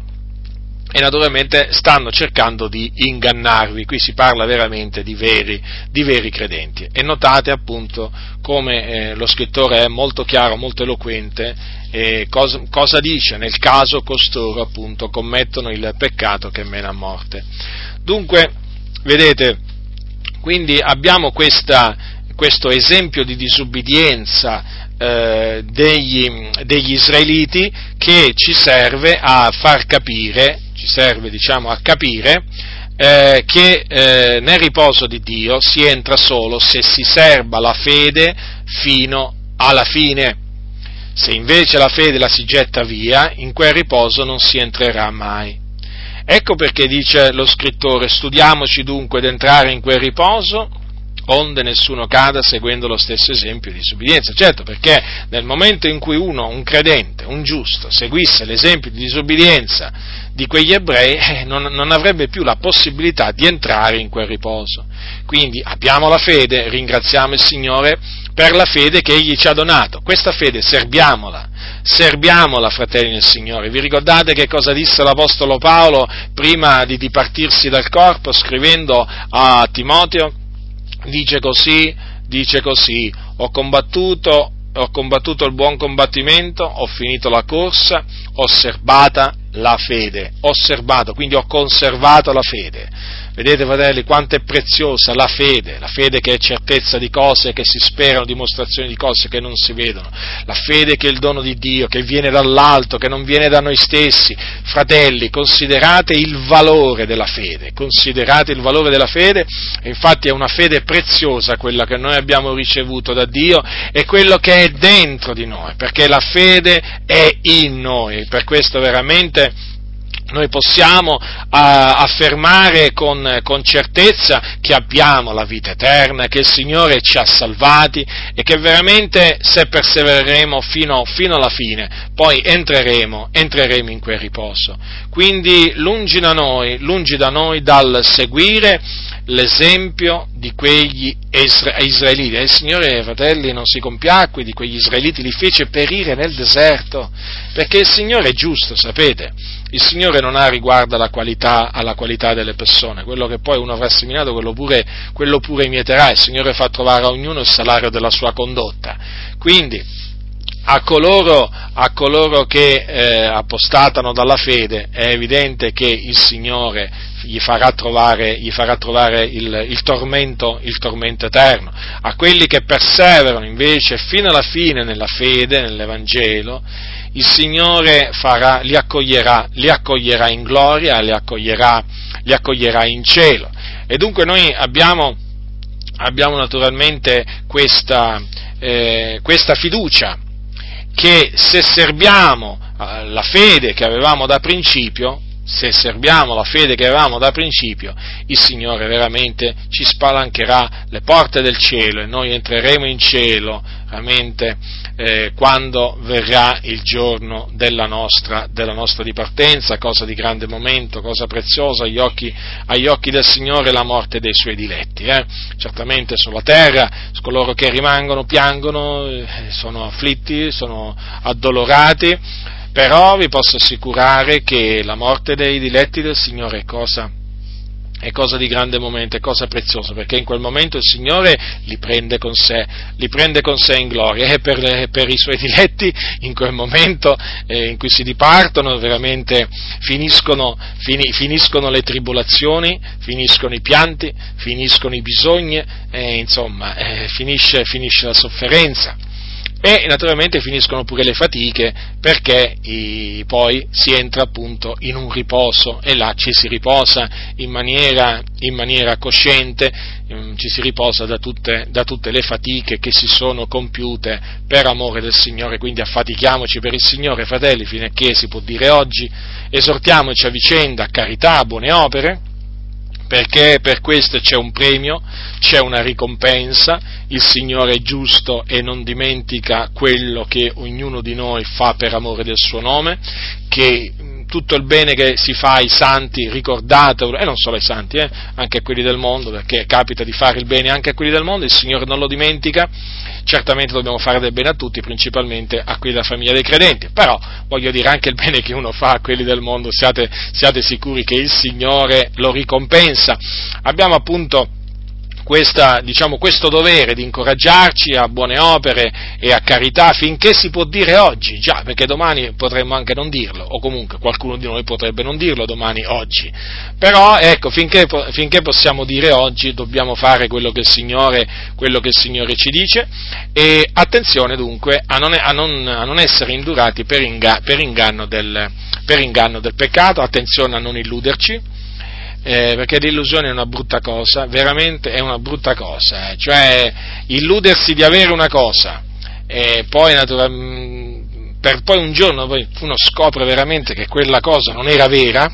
[SPEAKER 1] e naturalmente stanno cercando di ingannarvi. Qui si parla veramente di veri, di veri credenti, e notate appunto come eh, lo scrittore è molto chiaro, molto eloquente, eh, cosa, cosa dice nel caso costoro appunto commettono il peccato che mena a morte. Dunque, vedete, quindi abbiamo questa, questo esempio di disubbidienza eh, degli, degli israeliti, che ci serve a far capire, ci serve diciamo a capire eh, che eh, nel riposo di Dio si entra solo se si serba la fede fino alla fine. Se invece la fede la si getta via, in quel riposo non si entrerà mai. Ecco perché dice lo scrittore: studiamoci dunque d'entrare in quel riposo, onde nessuno cada seguendo lo stesso esempio di disobbedienza. Certo, perché nel momento in cui uno, un credente, un giusto, seguisse l'esempio di disobbedienza di quegli ebrei, eh, non, non avrebbe più la possibilità di entrare in quel riposo. Quindi abbiamo la fede, ringraziamo il Signore per la fede che Egli ci ha donato. Questa fede serbiamola, serbiamola, fratelli nel Signore. Vi ricordate che cosa disse l'Apostolo Paolo prima di dipartirsi dal corpo, scrivendo a Timoteo? Dice così, dice così, ho combattuto, ho combattuto il buon combattimento, ho finito la corsa, ho serbata la fede, ho serbato, quindi ho conservato la fede. Vedete, fratelli, quanto è preziosa la fede, la fede che è certezza di cose che si sperano, dimostrazione di cose che non si vedono, la fede che è il dono di Dio, che viene dall'alto, che non viene da noi stessi. Fratelli, considerate il valore della fede, considerate il valore della fede, e infatti è una fede preziosa quella che noi abbiamo ricevuto da Dio, e quello che è dentro di noi, perché la fede è in noi. Per questo veramente noi possiamo uh, affermare con, con certezza che abbiamo la vita eterna, che il Signore ci ha salvati, e che veramente, se persevereremo fino, fino alla fine, poi entreremo, entreremo in quel riposo. Quindi lungi da noi, lungi da noi dal seguire l'esempio di quegli israeliti. E il Signore, fratelli, non si compiacque di quegli israeliti, li fece perire nel deserto, perché il Signore è giusto, sapete, il Signore non ha riguardo alla qualità, alla qualità delle persone, quello che poi uno avrà seminato, quello pure, quello pure mieterà, il Signore fa trovare a ognuno il salario della sua condotta. Quindi, A coloro, a coloro che eh, apostatano dalla fede è evidente che il Signore gli farà trovare, gli farà trovare il, il, tormento, il tormento eterno. A quelli che perseverano invece fino alla fine nella fede, nell'Evangelo, il Signore farà, li accoglierà, li accoglierà in gloria, li accoglierà, li accoglierà in cielo. E dunque noi abbiamo, abbiamo naturalmente questa, eh, questa fiducia, che se serbiamo la fede che avevamo da principio, se serbiamo la fede che avevamo da principio, il Signore veramente ci spalancherà le porte del cielo e noi entreremo in cielo veramente eh, quando verrà il giorno della nostra, della nostra dipartenza, cosa di grande momento, cosa preziosa agli occhi, agli occhi del Signore, la morte dei Suoi diletti. Eh? Certamente sulla terra coloro che rimangono piangono, eh, sono afflitti, sono addolorati, però vi posso assicurare che la morte dei diletti del Signore è cosa, è cosa di grande momento, è cosa preziosa, perché in quel momento il Signore li prende con sé, li prende con sé in gloria, e per, per i Suoi diletti in quel momento eh, in cui si dipartono veramente finiscono, fini, finiscono le tribolazioni, finiscono i pianti, finiscono i bisogni, eh, insomma eh, finisce, finisce la sofferenza. E naturalmente finiscono pure le fatiche, perché i, poi si entra appunto in un riposo e là ci si riposa in maniera, in maniera cosciente, ci si riposa da tutte, da tutte le fatiche che si sono compiute per amore del Signore. Quindi affatichiamoci per il Signore, fratelli, fino a che si può dire oggi, esortiamoci a vicenda a carità, a buone opere, perché per questo c'è un premio, c'è una ricompensa, il Signore è giusto e non dimentica quello che ognuno di noi fa per amore del suo nome, che tutto il bene che si fa ai santi, ricordatelo, e non solo ai santi, eh, anche a quelli del mondo, perché capita di fare il bene anche a quelli del mondo, il Signore non lo dimentica. Certamente dobbiamo fare del bene a tutti, principalmente a quelli della famiglia dei credenti, però voglio dire, anche il bene che uno fa a quelli del mondo, siate, siate sicuri che il Signore lo ricompensa. Abbiamo appunto Questa, diciamo, questo dovere di incoraggiarci a buone opere e a carità finché si può dire oggi, già, perché domani potremmo anche non dirlo, o comunque qualcuno di noi potrebbe non dirlo domani, oggi, però ecco, finché, finché possiamo dire oggi dobbiamo fare quello che il Signore, quello che il Signore ci dice, e attenzione dunque a non, a non, a non essere indurati per, inga, per, inganno del, per inganno del peccato, attenzione a non illuderci, Eh, perché l'illusione è una brutta cosa, veramente è una brutta cosa, eh. Cioè illudersi di avere una cosa e poi naturalmente, per poi un giorno poi uno scopre veramente che quella cosa non era vera,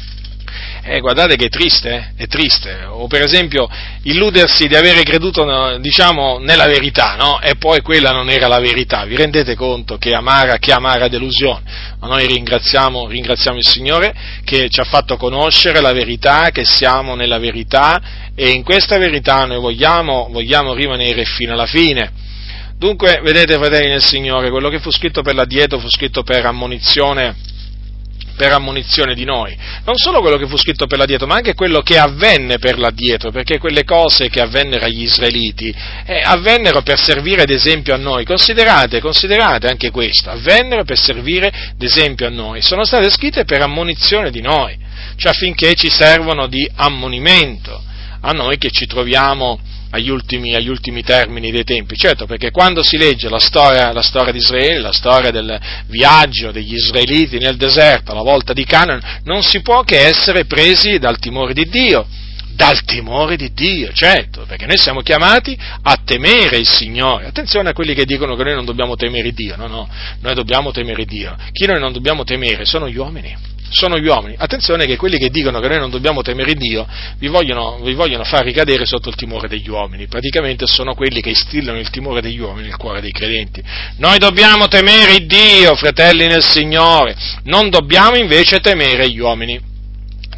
[SPEAKER 1] eh, guardate che è triste, eh? È triste. O per esempio illudersi di avere creduto, no, diciamo, nella verità, no? E poi quella non era la verità. Vi rendete conto che amara, che amara delusione? Ma noi ringraziamo, ringraziamo il Signore che ci ha fatto conoscere la verità, che siamo nella verità, e in questa verità noi vogliamo, vogliamo rimanere fino alla fine. Dunque, vedete, fratelli nel Signore, quello che fu scritto per l'addietro fu scritto per ammonizione, per ammonizione di noi, non solo quello che fu scritto per l'addietro, ma anche quello che avvenne per l'addietro, perché quelle cose che avvennero agli israeliti eh, avvennero per servire d'esempio a noi. Considerate, considerate anche questo, avvennero per servire d'esempio a noi, sono state scritte per ammonizione di noi, cioè affinché ci servono di ammonimento a noi che ci troviamo agli ultimi, agli ultimi termini dei tempi. Certo, perché quando si legge la storia, la storia di Israele, la storia del viaggio degli israeliti nel deserto alla volta di Canaan, non si può che essere presi dal timore di Dio, dal timore di Dio, certo, perché noi siamo chiamati a temere il Signore. Attenzione a quelli che dicono che noi non dobbiamo temere Dio, no, no, noi dobbiamo temere Dio. Chi noi non dobbiamo temere sono gli uomini. Sono gli uomini. Attenzione che quelli che dicono che noi non dobbiamo temere Dio vi vogliono, vi vogliono far ricadere sotto il timore degli uomini. Praticamente sono quelli che instillano il timore degli uomini nel cuore dei credenti. Noi dobbiamo temere Dio, fratelli nel Signore, non dobbiamo invece temere gli uomini.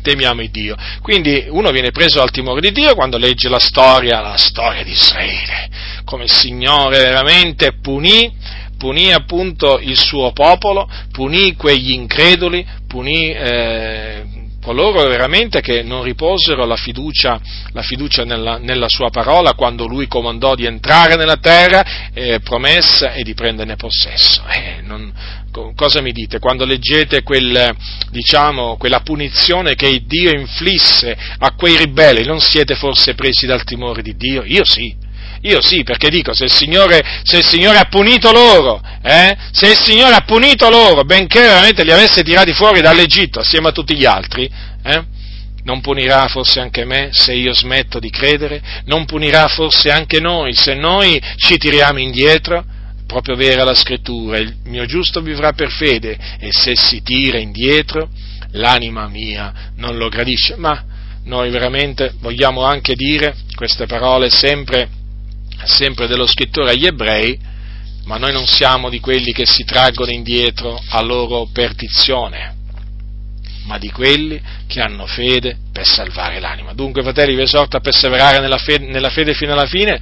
[SPEAKER 1] temiamo il Dio. Quindi uno viene preso dal timore di Dio quando legge la storia, la storia di Israele, come il Signore veramente punì, punì appunto il suo popolo, punì quegli increduli, punì eh, coloro veramente che non riposero la fiducia, la fiducia nella, nella sua parola quando lui comandò di entrare nella terra eh, promessa e di prenderne possesso. Eh, non, cosa mi dite? Quando leggete quel, diciamo, quella punizione che Dio inflisse a quei ribelli, non siete forse presi dal timore di Dio? Io sì. Io sì, perché dico, se il Signore, se il Signore ha punito loro, eh, se il Signore ha punito loro, benché veramente li avesse tirati fuori dall'Egitto assieme a tutti gli altri, eh, non punirà forse anche me se io smetto di credere? Non punirà forse anche noi se noi ci tiriamo indietro? Proprio vera la scrittura, il mio giusto vivrà per fede, e se si tira indietro, l'anima mia non lo gradisce. Ma noi veramente vogliamo anche dire queste parole sempre, sempre dello scrittore agli ebrei, ma noi non siamo di quelli che si traggono indietro a loro perdizione, ma di quelli che hanno fede per salvare l'anima. Dunque, fratelli, vi esorto a perseverare nella fede, nella fede fino alla fine,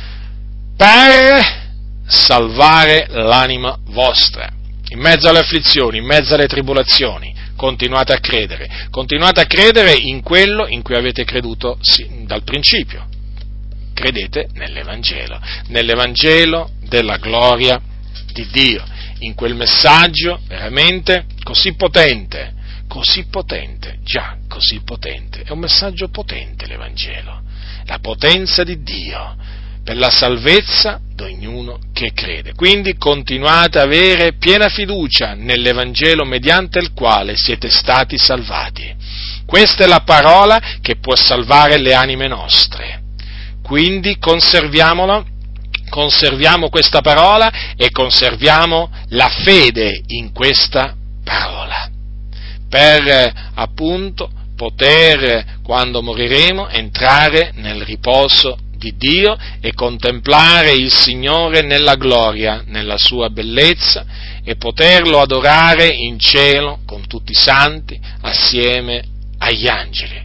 [SPEAKER 1] per salvare l'anima vostra. In mezzo alle afflizioni, in mezzo alle tribolazioni, continuate a credere, continuate a credere in quello in cui avete creduto sì, dal principio. Credete nell'Evangelo, nell'Evangelo della gloria di Dio, in quel messaggio veramente così potente, così potente, già così potente, è un messaggio potente l'Evangelo, la potenza di Dio per la salvezza di ognuno che crede. Quindi continuate ad avere piena fiducia nell'Evangelo mediante il quale siete stati salvati. Questa è la parola che può salvare le anime nostre. Quindi conserviamola, conserviamo questa parola e conserviamo la fede in questa parola, per appunto poter, quando moriremo, entrare nel riposo di Dio e contemplare il Signore nella gloria, nella sua bellezza, e poterlo adorare in cielo con tutti i santi assieme agli angeli.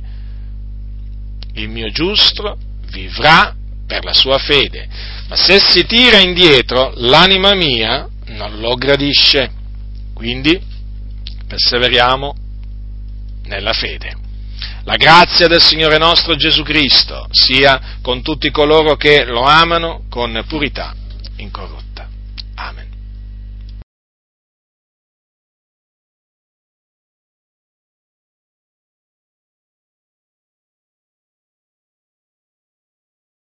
[SPEAKER 1] Il mio giusto vivrà per la sua fede, ma se si tira indietro, l'anima mia non lo gradisce. Quindi perseveriamo nella fede. La grazia del Signore nostro Gesù Cristo sia con tutti coloro che lo amano con purità incorrotta.